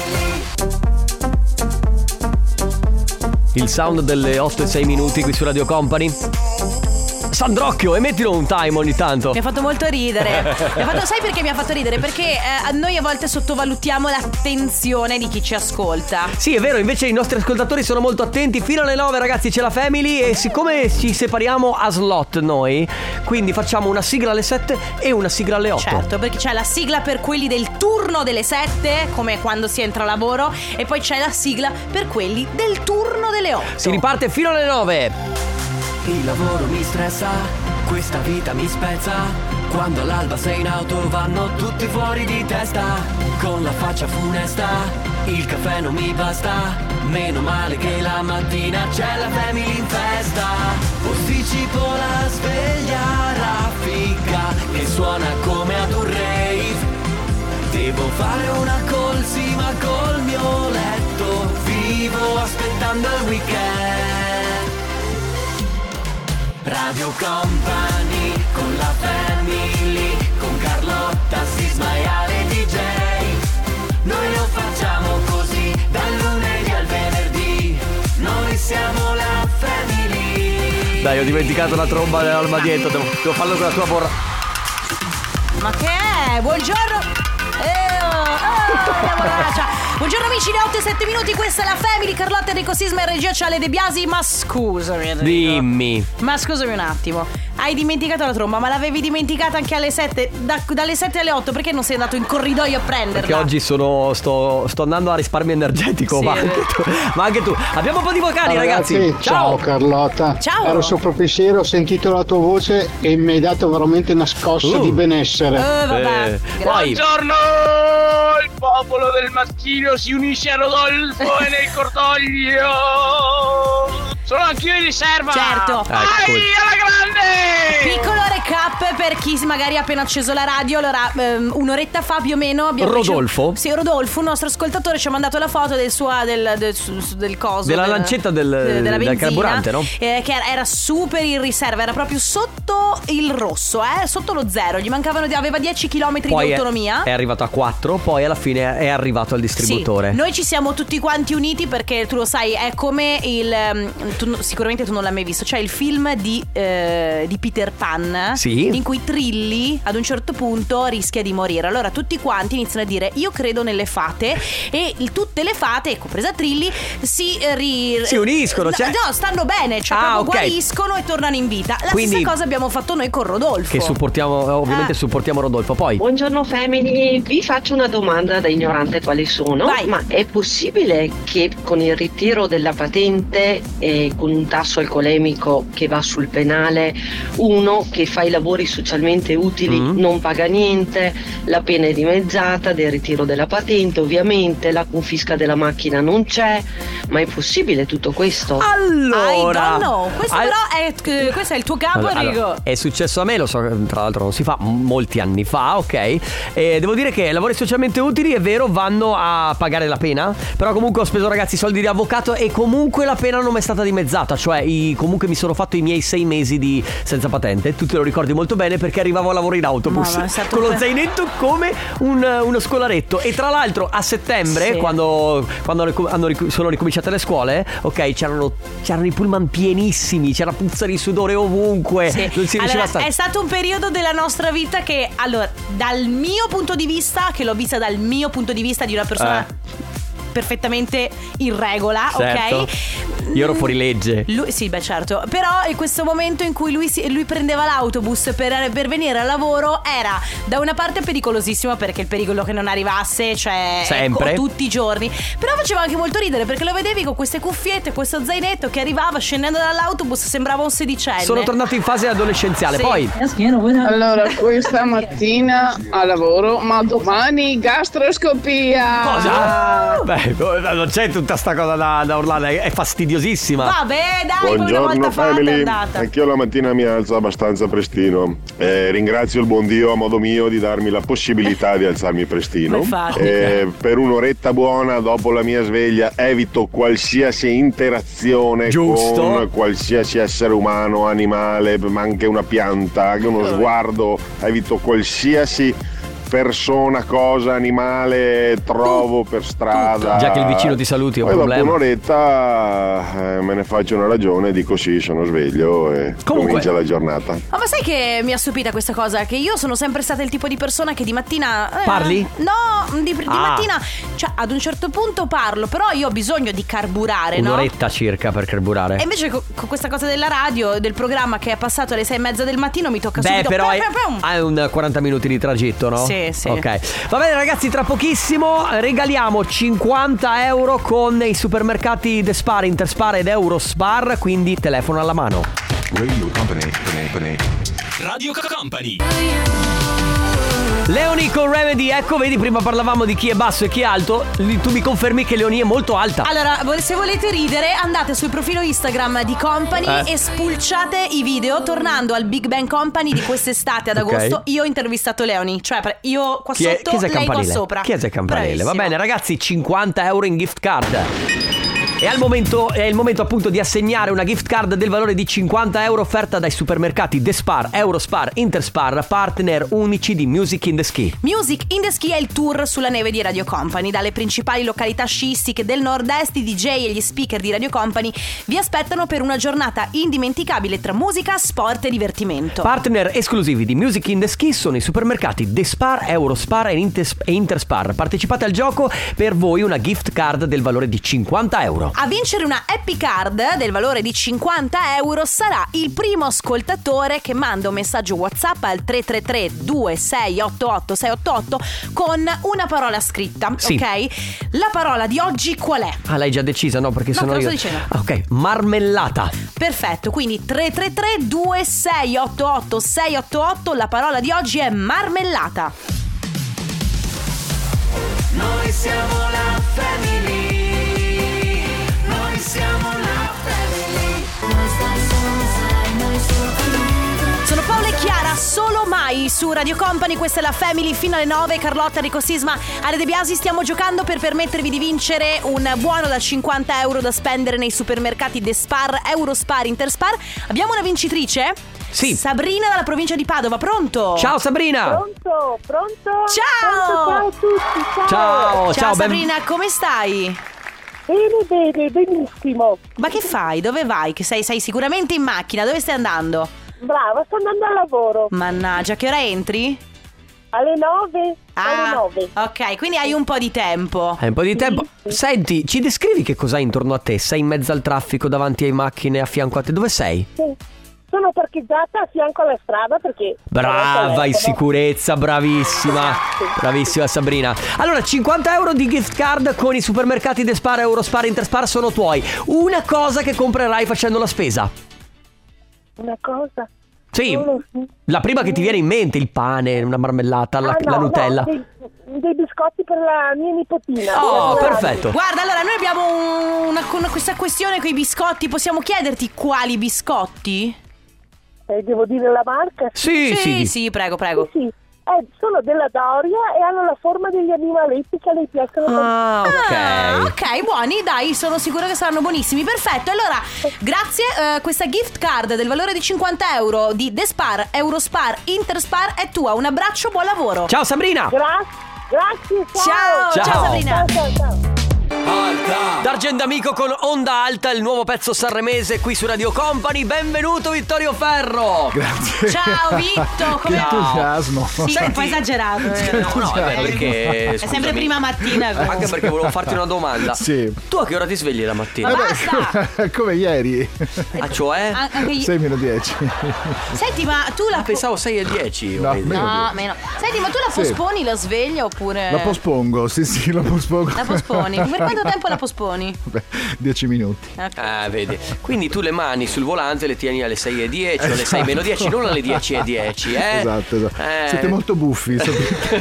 family. Il sound delle otto e sei minuti qui su Radio Company. Sandrocchio, e mettilo un time ogni tanto. Mi ha fatto molto ridere. Mi ha fatto, sai perché mi ha fatto ridere? Perché eh, noi a volte sottovalutiamo l'attenzione di chi ci ascolta. Sì, è vero, invece i nostri ascoltatori sono molto attenti. Fino alle nove ragazzi c'è la Family. E siccome ci separiamo a slot noi, quindi facciamo una sigla alle sette e una sigla alle otto. Certo, perché c'è la sigla per quelli del turno delle sette, come quando si entra a lavoro. E poi c'è la sigla per quelli del turno delle otto. Si riparte fino alle nove. Il lavoro mi stressa, questa vita mi spezza. Quando all'alba sei in auto vanno tutti fuori di testa. Con la faccia funesta, il caffè non mi basta. Meno male che la mattina c'è la family in festa. Posticipo la sveglia raffica che suona come ad un rave. Devo fare una colsima col mio letto. Vivo aspettando il weekend. Radio Company con la family, con Carlotta, Sisma e Ale D J. Noi lo facciamo così, dal lunedì al venerdì. Noi siamo la family. Dai, ho dimenticato la tromba dell'alma dietro. Devo, devo farlo con la tua borra. Ma che è? Buongiorno. Eh, oh, oh, buongiorno amici, le otto e sette minuti, questa è la Family. Carlotta, Enrico Sisma e regia c'ha le De Biasi. Ma scusami Enrico, dimmi. Ma scusami un attimo, hai dimenticato la tromba, ma l'avevi dimenticata anche alle sette, da, dalle sette alle otto, perché non sei andato in corridoio a prenderla? Perché oggi sono sto, sto andando a risparmio energetico. Sì, ma, anche tu, ma anche tu. Abbiamo un po' di vocali, Ciao, ragazzi. ragazzi. Ciao. Ciao Carlotta. Ciao. Ero sopra pensiero, ho sentito la tua voce e mi hai dato veramente una scossa Uh. di benessere. Eh, vabbè. Eh, Poi Buongiorno! Il popolo del mattino si unisce a Rodolfo e nel cordoglio. Sono anch'io in riserva. Certo. Vai, alla grande! piccolo recap per chi magari ha appena acceso la radio. Allora, ehm, un'oretta fa più o meno abbiamo Rodolfo? Sì, Rodolfo, un nostro ascoltatore, ci ha mandato la foto del suo del, del, del coso della del, lancetta del, de, della del benzina, carburante, no? eh, Che era, era super in riserva, era proprio sotto il rosso, eh, sotto lo zero. Gli mancavano, aveva dieci chilometri Poi di è, autonomia. è arrivato a quattro, poi alla fine è arrivato al distributore. Sì, noi ci siamo tutti quanti uniti perché tu lo sai, è come il tu, sicuramente tu non l'hai mai visto, c'è il film di, eh, di Peter Pan, sì, in cui Trilli ad un certo punto rischia di morire. Allora tutti quanti iniziano a dire io credo nelle fate, e il, tutte le fate, compresa Trilli, si, ri, si uniscono, no, cioè... no, stanno bene, cioè ah, proprio okay. guariscono e tornano in vita. La Quindi, stessa cosa abbiamo fatto noi con Rodolfo, che supportiamo, ovviamente ah. supportiamo Rodolfo. Poi buongiorno family, vi faccio una domanda da ignorante quale sono. Vai. Ma è possibile che con il ritiro della patente eh, e con un tasso alcolemico che va sul penale, uno che fa i lavori socialmente utili mm. non paga niente, la pena è dimezzata del ritiro della patente, ovviamente la confisca della macchina non c'è, ma è possibile tutto questo? Allora, I don't know. Questo All... però è, questo è il tuo capo, allora, Enrico. Allora, è successo a me, lo so, tra l'altro non si fa molti anni fa, ok? E devo dire che lavori socialmente utili, è vero, vanno a pagare la pena, però comunque ho speso, ragazzi, soldi di avvocato e comunque la pena non mi è stata dimezzata, cioè i, comunque mi sono fatto i miei sei mesi di senza patente. Tu te lo ricordi molto bene perché arrivavo a lavoro in autobus con lo zainetto come un, uno scolaretto. E tra l'altro a settembre, sì. quando, quando hanno, sono ricominciate le scuole, ok, c'erano, c'erano i pullman pienissimi, c'era puzza di sudore ovunque, sì. non si riusciva allora, a stare. È stato un periodo della nostra vita che, allora, dal mio punto di vista, che l'ho vista dal mio punto di vista di una persona eh. perfettamente in regola, certo. ok? Io ero fuori legge. Lui, sì, beh, certo. Però in questo momento in cui lui, si, lui prendeva l'autobus per, per venire al lavoro era da una parte pericolosissimo, perché il pericolo che non arrivasse, cioè sempre, ecco, tutti i giorni. Però faceva anche molto ridere perché lo vedevi con queste cuffiette, questo zainetto che arrivava scendendo dall'autobus, sembrava un sedicenne. Sono tornato in fase adolescenziale, sì. Poi allora questa mattina a lavoro, ma domani gastroscopia. Cosa? Beh, non c'è tutta sta cosa da, da urlare, è fastidiosissima. Vabbè, dai, buongiorno, poi una volta fatta è andata. Anch'io la mattina mi alzo abbastanza prestino. Eh, ringrazio il buon Dio a modo mio di darmi la possibilità di alzarmi prestino. Eh, per un'oretta buona dopo la mia sveglia evito qualsiasi interazione Giusto. con qualsiasi essere umano, animale, ma anche una pianta, anche uno sguardo, evito qualsiasi persona, cosa, animale trovo per strada. Già che il vicino ti saluti è un poi problema. Dopo un'oretta eh, me ne faccio una ragione, dico sì, sono sveglio e comunque comincia la giornata. Oh, ma sai che mi ha stupita questa cosa? Che io sono sempre stata il tipo di persona che di mattina eh, parli? No, di, di ah. mattina, cioè ad un certo punto parlo, però io ho bisogno di carburare, un'oretta no? circa per carburare. E invece con, con questa cosa della radio, del programma che è passato alle sei e mezza del mattino, mi tocca Beh, subito. Beh, però hai, hai un quaranta minuti di tragitto, no? Sì, sì. Ok. Va bene, ragazzi, tra pochissimo regaliamo cinquanta euro con i supermercati The Spar, Interspar ed Eurospar, quindi telefono alla mano. Radio Company. Radio Company. Leonie con Remedy, ecco, vedi, prima parlavamo di chi è basso e chi è alto. Tu mi confermi che Leonie è molto alta. Allora, se volete ridere, andate sul profilo Instagram di Company eh. e spulciate i video tornando al Big Bang Company di quest'estate ad agosto. Okay. Io ho intervistato Leonie, cioè io qua chi sotto, è, lei qua sopra. Chi è Zé Campanile? Va bene, ragazzi, cinquanta euro in gift card. E al momento è il momento appunto di assegnare una gift card del valore di cinquanta euro offerta dai supermercati The Spar, Eurospar, Interspar, partner unici di Music in the Ski. Music in the Ski è il tour sulla neve di Radio Company. Dalle principali località sciistiche del nord-est, i D J e gli speaker di Radio Company vi aspettano per una giornata indimenticabile tra musica, sport e divertimento. Partner esclusivi di Music in the Ski sono i supermercati The Spar, Eurospar e Interspar. Partecipate al gioco, per voi una gift card del valore di cinquanta euro. A vincere una Happy Card del valore di cinquanta euro sarà il primo ascoltatore che manda un messaggio WhatsApp al tre tre tre due sei otto otto sei otto otto con una parola scritta, sì. Ok? La parola di oggi qual è? Ah, l'hai già decisa, no? Perché no, sono te lo io. sto dicendo. Ah, ok, marmellata. Perfetto, quindi tre tre tre due sei otto otto sei otto otto, la parola di oggi è marmellata. Noi siamo la family. Siamo la family. Sono Paola e Chiara, solo mai su Radio Company. Questa è la Family fino alle nove. Carlotta, Enrico Sisma, Ale De Biasi. Stiamo giocando per permettervi di vincere un buono da cinquanta euro da spendere nei supermercati The Spar, Eurospar, Interspar. Abbiamo una vincitrice? Sì. Sabrina dalla provincia di Padova, pronto? Ciao Sabrina. Pronto, pronto. Ciao. Pronto, ciao a tutti, ciao. Ciao, ciao, ciao ben... Sabrina, come stai? Bene, bene, benissimo. Ma che fai? Dove vai? Che sei, sei sicuramente in macchina. Dove stai andando? Brava, sto andando al lavoro. Mannaggia, che ora entri? Alle nove. Ah, alle nove. ok, quindi hai un po' di tempo. Hai un po' di tempo. Sì. Senti, ci descrivi che cos'hai intorno a te? Sei in mezzo al traffico, davanti alle macchine, a fianco a te. Dove sei? Sì. sono parcheggiata a fianco alla strada perché... Brava, in sicurezza, bravissima. Bravissima Sabrina. Allora, cinquanta euro di gift card con i supermercati Despar, Eurospar, Interspar sono tuoi. Una cosa che comprerai facendo la spesa. Una cosa? Sì, la prima che ti viene in mente, il pane, una marmellata, la, ah, no, la Nutella. No, dei, dei biscotti per la mia nipotina. Oh, perfetto. Guarda, allora noi abbiamo una, una, questa questione con i biscotti. Possiamo chiederti quali biscotti? Eh, devo dire la marca? Sì, sì, sì, sì, prego, prego. Sì, sì. Eh, sono della Doria e hanno la forma degli animaletti che a lei piacciono. Ah, ok. Ah, ok, buoni, dai, sono sicura che saranno buonissimi. Perfetto, allora, grazie. Eh, questa gift card del valore di cinquanta euro di Despar, Eurospar, Interspar è tua. Un abbraccio, buon lavoro. Ciao Sabrina. Grazie, grazie, ciao. Ciao, ciao, ciao Sabrina. Ciao, ciao, ciao. Alta. D'Argent Amico con Onda Alta, il nuovo pezzo sanremese qui su Radio Company. Benvenuto Vittorio Ferro. Grazie. Ciao Vitto, come che entusiasmo. Sì, Senti, un po' esagerato. Eh. No, no, è perché è scusami, sempre prima mattina. Comunque. Anche perché volevo farti una domanda. Sì. Tu a che ora ti svegli la mattina? Ma basta. Come ieri. Ah, cioè? Anche sei meno dieci. Senti, ma tu la ah, pensavo sei e dieci. No, meno no meno. Senti, ma tu la posponi sì. la sveglia oppure? La pospongo, sì sì, la pospongo. La posponi. Per quanto tempo la posponi? Beh, dieci minuti. Okay. Ah, vedi. Quindi tu le mani sul volante le tieni alle sei e dieci esatto. o alle sei meno dieci, non alle dieci e dieci, eh? Esatto, esatto. Eh. Siete molto buffi. in,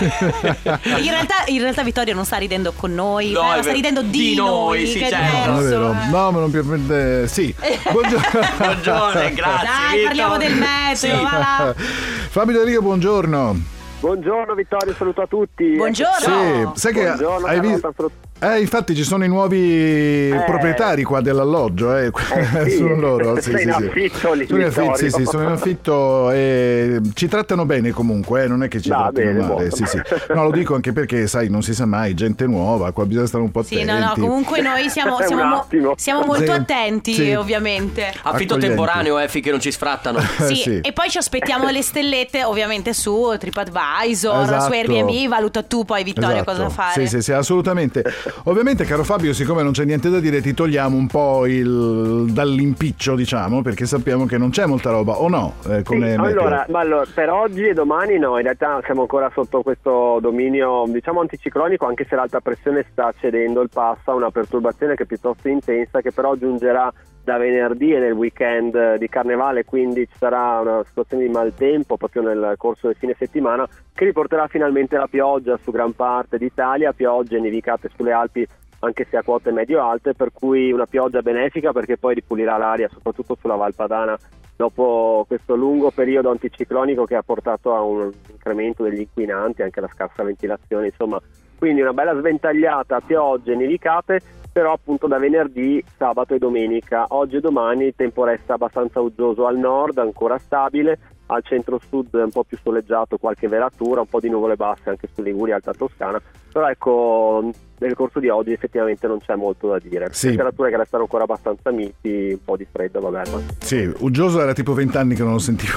realtà, in realtà Vittorio non sta ridendo con noi, no, però sta ridendo di, di noi, noi sì, che certo. Non è vero. No, ma non permette. Sì. Buongiorno. Buongiorno, grazie. Dai, Vito. parliamo del meteo, sì. Va là. Fabio D'Arigo, buongiorno. Buongiorno Vittorio, saluto a tutti. Buongiorno. Sì, sai che Buongiorno, hai visto? Eh, infatti ci sono i nuovi eh, proprietari qua dell'alloggio, eh. eh sì, sono loro. Sì, sei sì, in sì. affitto lì, sono in affitto, sì, sì, sono in affitto e ci trattano bene comunque, eh. non è che ci no, trattano bene, male. Sì, sì. No, lo dico anche perché, sai, non si sa mai, gente nuova, qua bisogna stare un po' attenti. Sì, no, no, comunque noi siamo, siamo, mo- siamo molto sì, attenti, sì. ovviamente. Affitto Accoglienti. temporaneo, Effi, che non ci sfrattano. Sì, sì, e poi ci aspettiamo le stellette, ovviamente su TripAdvisor, esatto. su Airbnb, valuta tu poi Vittorio esatto. cosa fare. Sì, sì, sì, assolutamente. Ovviamente, caro Fabio, siccome non c'è niente da dire, ti togliamo un po' il dall'impiccio, diciamo, perché sappiamo che non c'è molta roba, o no? Eh, come sì, allora, ma allora, per oggi e domani no, in realtà siamo ancora sotto questo dominio, diciamo, anticiclonico, anche se l'alta pressione sta cedendo il passo a una perturbazione che è piuttosto intensa, che però giungerà da venerdì e nel weekend di Carnevale, quindi ci sarà una situazione di maltempo proprio nel corso del fine settimana che riporterà finalmente la pioggia su gran parte d'Italia, piogge e nevicate sulle Alpi anche se a quote medio-alte, per cui una pioggia benefica perché poi ripulirà l'aria soprattutto sulla Val Padana dopo questo lungo periodo anticiclonico che ha portato a un incremento degli inquinanti, anche la scarsa ventilazione, insomma, quindi una bella sventagliata, piogge, nevicate, però appunto da venerdì, sabato e domenica. Oggi e domani il tempo resta abbastanza uggioso al nord, ancora stabile, al centro-sud un po' più soleggiato, qualche velatura, un po' di nuvole basse anche su Liguria e Alta Toscana, però ecco, nel corso di oggi effettivamente non c'è molto da dire. Sì. Temperature che restano ancora abbastanza miti, un po' di freddo, vabbè. Ma... Sì, uggioso era tipo vent'anni che non lo sentivo.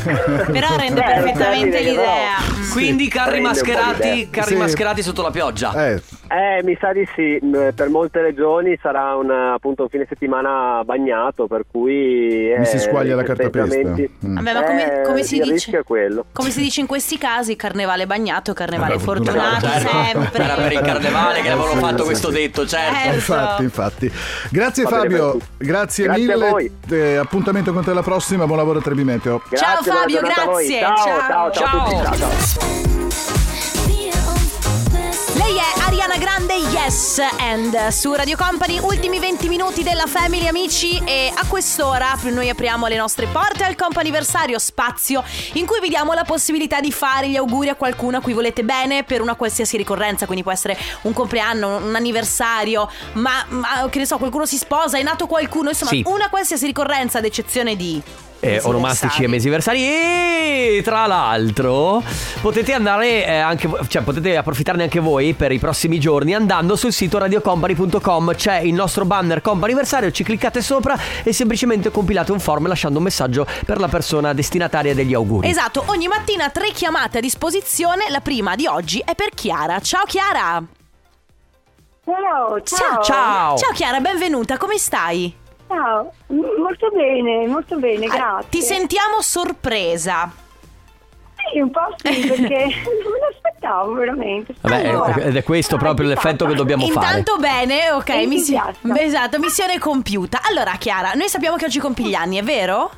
Però rende eh, perfettamente l'idea. Sì. Quindi carri mascherati, carri sì. mascherati sotto la pioggia. Eh. eh, mi sa di sì. Per molte regioni sarà un, appunto un fine settimana bagnato, per cui eh, mi si squaglia la cartapesta. Mm. Vabbè, ma come, come si il dice? rischio è quello. Come si dice in questi casi, carnevale bagnato, carnevale Vabbè, fortunato, certo. sempre. Era per il carnevale che avevano sì, fatto sì, questo sì. detto, certo. Eh, Infatti, infatti. Grazie Va Fabio, grazie, grazie mille. a voi. Eh, appuntamento con te alla prossima, buon lavoro a Trebi Meteo. Ciao Grazie, Fabio, buona giornata a voi. grazie. Ciao, Ciao. ciao, ciao, Ciao. a tutti, ciao, ciao. Lei è Ariana Grande, Yes and su Radio Company, ultimi venti minuti della Family, amici, e a quest'ora noi apriamo le nostre porte al comp'anniversario, spazio in cui vi diamo la possibilità di fare gli auguri a qualcuno a cui volete bene per una qualsiasi ricorrenza, quindi può essere un compleanno, un anniversario, ma, ma che ne so, qualcuno si sposa, è nato qualcuno, insomma, sì. una qualsiasi ricorrenza ad eccezione di... Eh, onomastici e mesiversari. E tra l'altro potete andare eh, anche, cioè potete approfittarne anche voi per i prossimi giorni andando sul sito radio company punto com. C'è il nostro banner comp'anniversario, ci cliccate sopra e semplicemente compilate un form lasciando un messaggio per la persona destinataria degli auguri. Esatto, ogni mattina tre chiamate a disposizione. La prima di oggi è per Chiara. Ciao Chiara. Ciao, ciao. Ciao, ciao. Ciao Chiara, benvenuta, come stai? Ciao, molto bene, molto bene, grazie. Ah, ti sentiamo sorpresa. Sì, un po' sì, perché non me l'aspettavo veramente. Vabbè, Allora, ed è questo proprio l'effetto che dobbiamo fare. Intanto bene, ok, missi- Entusiasta. esatto, missione compiuta. Allora Chiara, noi sappiamo che oggi compi gli anni, è vero?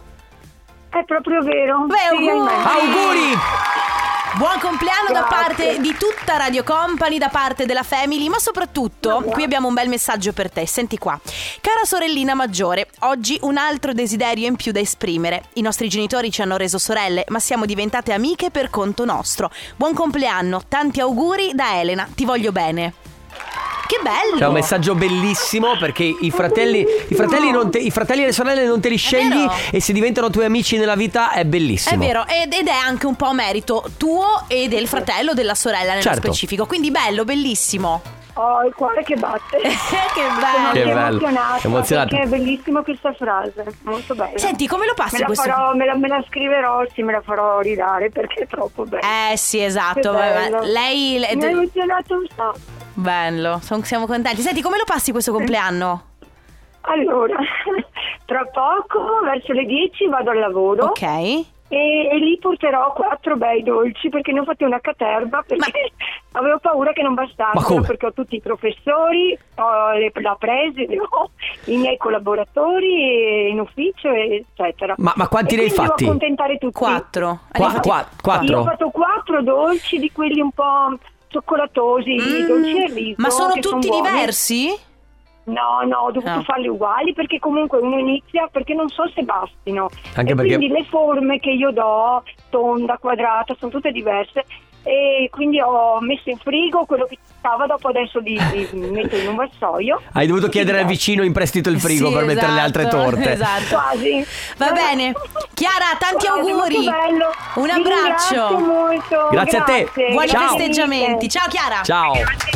È proprio vero. Beh, Sì, auguri! ahimè. Auguri! Buon compleanno da Grazie. parte di tutta Radio Company, da parte della Family, ma soprattutto qui abbiamo un bel messaggio per te. Senti qua. Cara sorellina maggiore, oggi un altro desiderio in più da esprimere. I nostri genitori ci hanno reso sorelle, ma siamo diventate amiche per conto nostro. Buon compleanno, tanti auguri da Elena, ti voglio bene. Che bello! C'è un messaggio bellissimo perché i fratelli i fratelli, non te, i fratelli e le sorelle non te li scegli vero. e se diventano tuoi amici nella vita è È bellissimo. vero, ed, ed è anche un po' merito tuo e del fratello o della sorella nello Certo. specifico. Quindi bello, bellissimo. Ho il cuore che batte. Che bello. Che bello. Emozionata, Emozionata. perché è bellissima questa frase, molto bella. Senti, come lo passi me la questo? farò, me la, me la scriverò, sì, me la farò ridare perché è troppo bella. Eh sì, esatto. Che bello. Lei le- Mi ha emozionato un sacco. Bello, son- siamo contenti. Senti, come lo passi questo compleanno? Allora, tra poco, verso le dieci, vado al lavoro. Ok. E, e lì porterò quattro bei dolci perché ne ho fatti una caterva perché avevo paura che non Ma bastassero, come? perché ho tutti i professori, ho le, la preside, ho i miei collaboratori in ufficio eccetera. Ma- ma quanti E ne hai quindi fatti? devo accontentare tutti. Quattro. Qua- qua- quattro? Io ho fatto quattro dolci di quelli un po' cioccolatosi, Mm, dolci al riso. ma sono che son tutti buoni. diversi? No, no, ho dovuto No. farli uguali perché comunque uno inizia perché non so se bastino. Anche e perché- quindi le forme che io do, tonda, quadrata, sono tutte diverse. E quindi ho messo in frigo quello che stava, dopo adesso di, di metto in un vassoio. Hai dovuto chiedere al vicino in prestito il frigo Sì, per mettere le altre esatto, torte. Esatto. Quasi. Va bene. Chiara, tanti Quasi, auguri. molto bello. Un Vi abbraccio. ringrazio molto. Grazie a te. Buoni Ciao. festeggiamenti. Ciao Chiara. Ciao.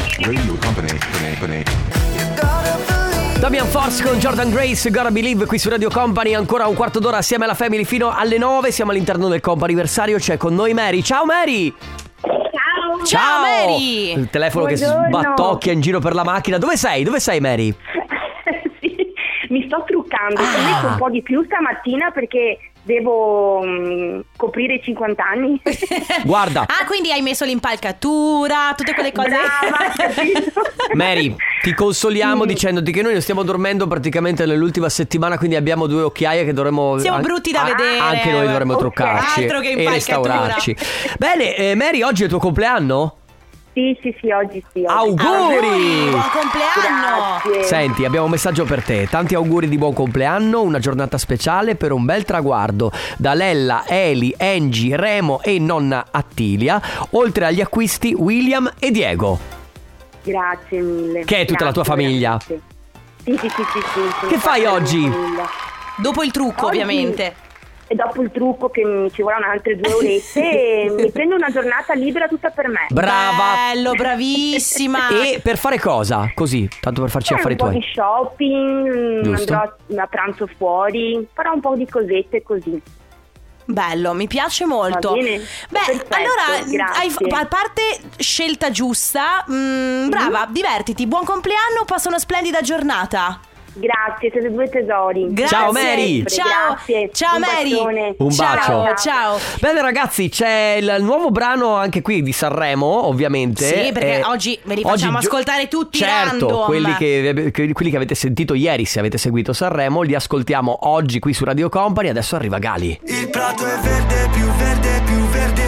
Damian Force con Jordan Grace, Gotta Believe qui su Radio Company. Ancora un quarto d'ora assieme alla Family fino alle nove. Siamo all'interno del comp'anniversario. C'è con noi Mary. Ciao Mary. Ciao. Ciao, Mary. Il telefono Buongiorno. che sbattocchia in giro per la macchina. Dove sei? Dove sei Mary? Sì, mi sto truccando. Ho messo un po' di più stamattina perché devo mm, coprire i cinquanta anni. Guarda Ah, quindi hai messo l'impalcatura, tutte quelle cose. Brava, capito? Mary, ti consoliamo dicendoti che noi non stiamo dormendo praticamente nell'ultima settimana, quindi abbiamo due occhiaie che dovremmo Siamo an- brutti da a- vedere. Anche noi dovremmo Ok. truccarci Altro che e impalcatura. restaurarci. Bene, eh, Mary, oggi è il tuo compleanno? Sì, sì, sì, oggi sì. Oggi. Auguri! Buon compleanno. Grazie. Senti, abbiamo un messaggio per te. Tanti auguri di buon compleanno, una giornata speciale per un bel traguardo da Lella, Eli, Angie, Remo e nonna Attilia, oltre agli acquisti William e Diego. Grazie mille. Che è tutta la tua Grazie, famiglia? grazie. Sì, sì, sì, sì, sì, sì. Che fai Tutta la oggi? mia famiglia. Dopo il trucco, Oggi- ovviamente. E dopo il trucco che mi ci vogliono altre due orette e mi prendo una giornata libera tutta per me. Brava! Bello, bravissima. E per fare cosa? Così, tanto per farci Fare affari un po' tuoi. di shopping, Giusto. andrò a- a pranzo fuori, farò un po' di cosette così. Bello, mi piace molto. Va bene? Beh, Perfetto, allora, hai, grazie. a parte scelta giusta, mm, brava, divertiti, buon compleanno, passa una splendida giornata. Grazie, siete due tesori. Grazie. Ciao, Mary. Ciao. Grazie. Ciao, Un Mary. bacione. Un bacio. Ciao, ciao. Bene ragazzi, c'è il nuovo brano anche qui di Sanremo, ovviamente. Sì, perché Eh, oggi ve li facciamo gio- ascoltare tutti Certo, random. quelli che, che- quelli che avete sentito ieri, se avete seguito Sanremo, li ascoltiamo oggi qui su Radio Company. Adesso arriva Gali. Il prato è verde, più verde, più verde.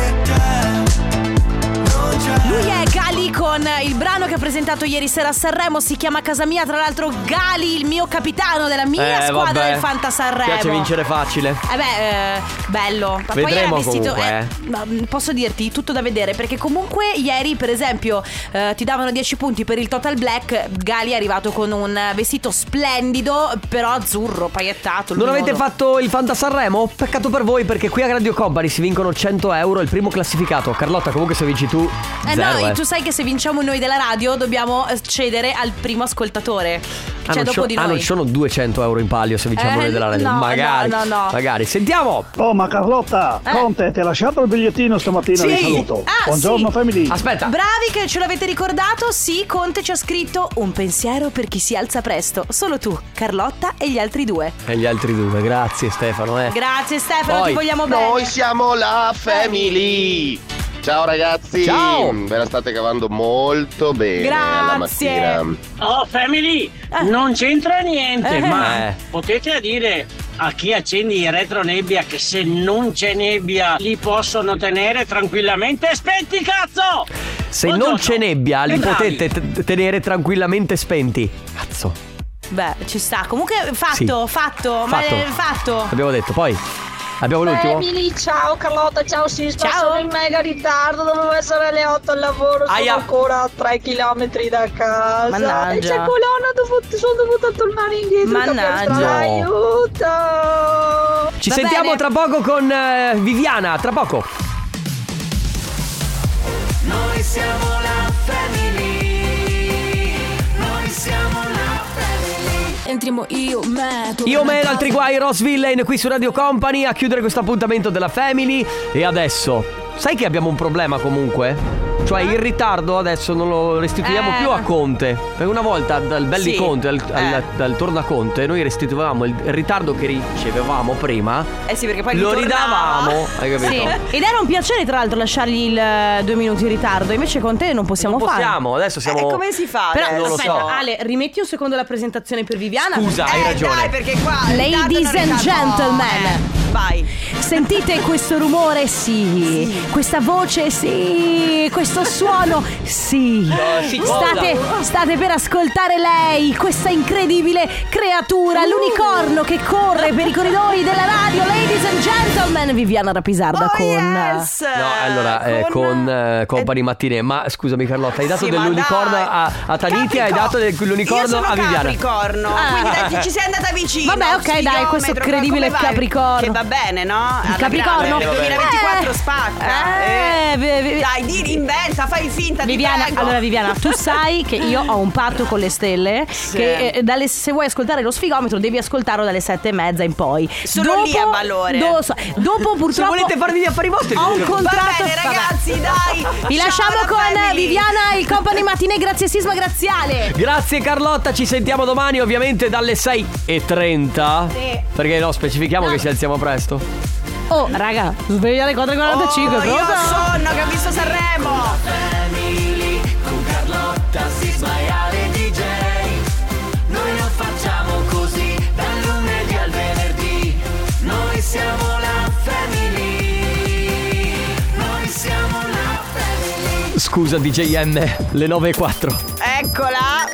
Lui è Gali con il brano che ha presentato ieri sera a Sanremo, si chiama Casa Mia, tra l'altro Gali, il mio capitano della mia Eh, squadra vabbè. del Fanta Sanremo. Piace vincere facile. Eh beh, eh, bello. Ma poi Vedremo era vestito. comunque, eh, eh. ma, mm, posso dirti tutto da vedere. Perché comunque ieri, per esempio, eh, ti davano dieci punti per il Total Black. Gali è arrivato con un vestito splendido, però azzurro, paillettato. Non lui avete modo. fatto il Fanta Sanremo? Peccato per voi, perché qui a Radio Company si vincono cento euro, il primo classificato. Carlotta, comunque se vinci tu, Eh zero, no, eh. tu sai che se vinciamo noi della radio dobbiamo eh, cedere al primo ascoltatore. c'è non dopo ci- di ah, noi. non ci sono duecento euro in palio se vinciamo Eh, noi della radio. no, magari, no, no, no. magari. Sentiamo. Oh, ma Carlotta, Eh. Conte, ti ha lasciato il bigliettino stamattina Sì. di saluto. Ah, Buongiorno sì. family. Aspetta. Bravi che ce l'avete ricordato. Sì, Conte ci ha scritto: un pensiero per chi si alza presto. Solo tu, Carlotta e gli altri due. E gli altri due, grazie Stefano. Eh. Grazie Stefano, Poi- ti vogliamo bene. Noi siamo la Family. Ciao ragazzi. Ciao. Ve la state cavando molto bene alla Grazie. mattina. Oh, Family, non c'entra niente, Eh. ma Eh. potete dire a chi accende i retronebbia che se non c'è nebbia li possono tenere tranquillamente spenti, cazzo! Se Buongiorno. non c'è nebbia, li E bravi. potete t- tenere tranquillamente spenti. Cazzo. Beh, ci sta. Comunque fatto, Sì. fatto, ma Fatto. è fatto. Abbiamo detto, poi abbiamo l'ultimo. Emily, ciao Carlotta, ciao Sisma, Ciao. sono in mega ritardo, dovevo essere alle otto al lavoro, sono Aia. ancora a tre chilometri da casa. Mannaggia. E c'è colonna, dovuto, sono dovuta tornare indietro. Mannaggia. Aiuto! Ci Va sentiamo bene. tra poco con eh, Viviana, tra poco. Noi siamo la family. Noi siamo la family. Entriamo io, me, tu. Io me, altri guai, Ross Villain qui su Radio Company a chiudere questo appuntamento della Family. E adesso, sai che abbiamo un problema comunque? Cioè il ritardo adesso non lo restituiamo Eh. più a Conte. Perché una volta dal Belli Sì. Conte al, al- Eh. dal Tornaconte noi restituivamo il il ritardo che ricevevamo prima. Eh sì, perché poi Lo ritornava. ridavamo, hai capito? Sì. Ed era un piacere tra l'altro lasciargli il eh, due minuti in ritardo. Invece con te non possiamo Non fare. possiamo, adesso siamo. E come si fa Però adesso? non lo aspetta, so. Ale, rimetti un secondo la presentazione per Viviana. Scusa, hai Eh, ragione. dai, perché qua il ritardo Ladies non and ritardo. gentlemen. Eh, Vai. Sentite questo rumore? Sì. Questa voce? Sì. Questo suono? Sì. sì, State, state per ascoltare lei, questa incredibile creatura, l'unicorno che corre per i corridoi della radio. Ladies and gentlemen, Viviana Rapisarda Oh, con... yes. No, allora, eh, con eh, Company Mattine. Ma scusami Carlotta, hai dato Sì, ma dell'unicorno dai. a, a Taniti, hai dato dell'unicorno Io sono a Viviana. Capricorno, Ah. quindi dai, ci sei andata vicino. Vabbè, ok, dai, Spigometro, questo come credibile vai? Capricorno. Che va bene, no? Alla Capricorno? grande, nel duemilaventiquattro Eh. spacca. Eh, Eh. vi- vi- Dai, di, inventa, fai finta di Viviana, prego. allora Viviana, tu sai che io ho un patto con le stelle. Che eh, dalle, se vuoi ascoltare lo sfigometro devi ascoltarlo dalle sette e mezza in poi. Sono lì a Ballore. do- so- dopo purtroppo Se volete farvi gli affari vostri, ho un va contratto. bene, ragazzi, dai. Vi Ciao, lasciamo la con family. Viviana, il Company Mattine. Grazie Sisma, grazie Ale. Grazie Carlotta, ci sentiamo domani ovviamente dalle sei e trenta. Sì. Perché no, specifichiamo che ci alziamo presto. Oh, raga, sveglia alle quattro e quarantacinque. Oh, io pronto? ho sonno che ho visto Sanremo. Family con Carlotta, Sisma e Ale D J. Noi lo facciamo così dal lunedì al venerdì. Noi siamo la family. Noi siamo la family. Scusa D J M, le nove e quattro. Eccola.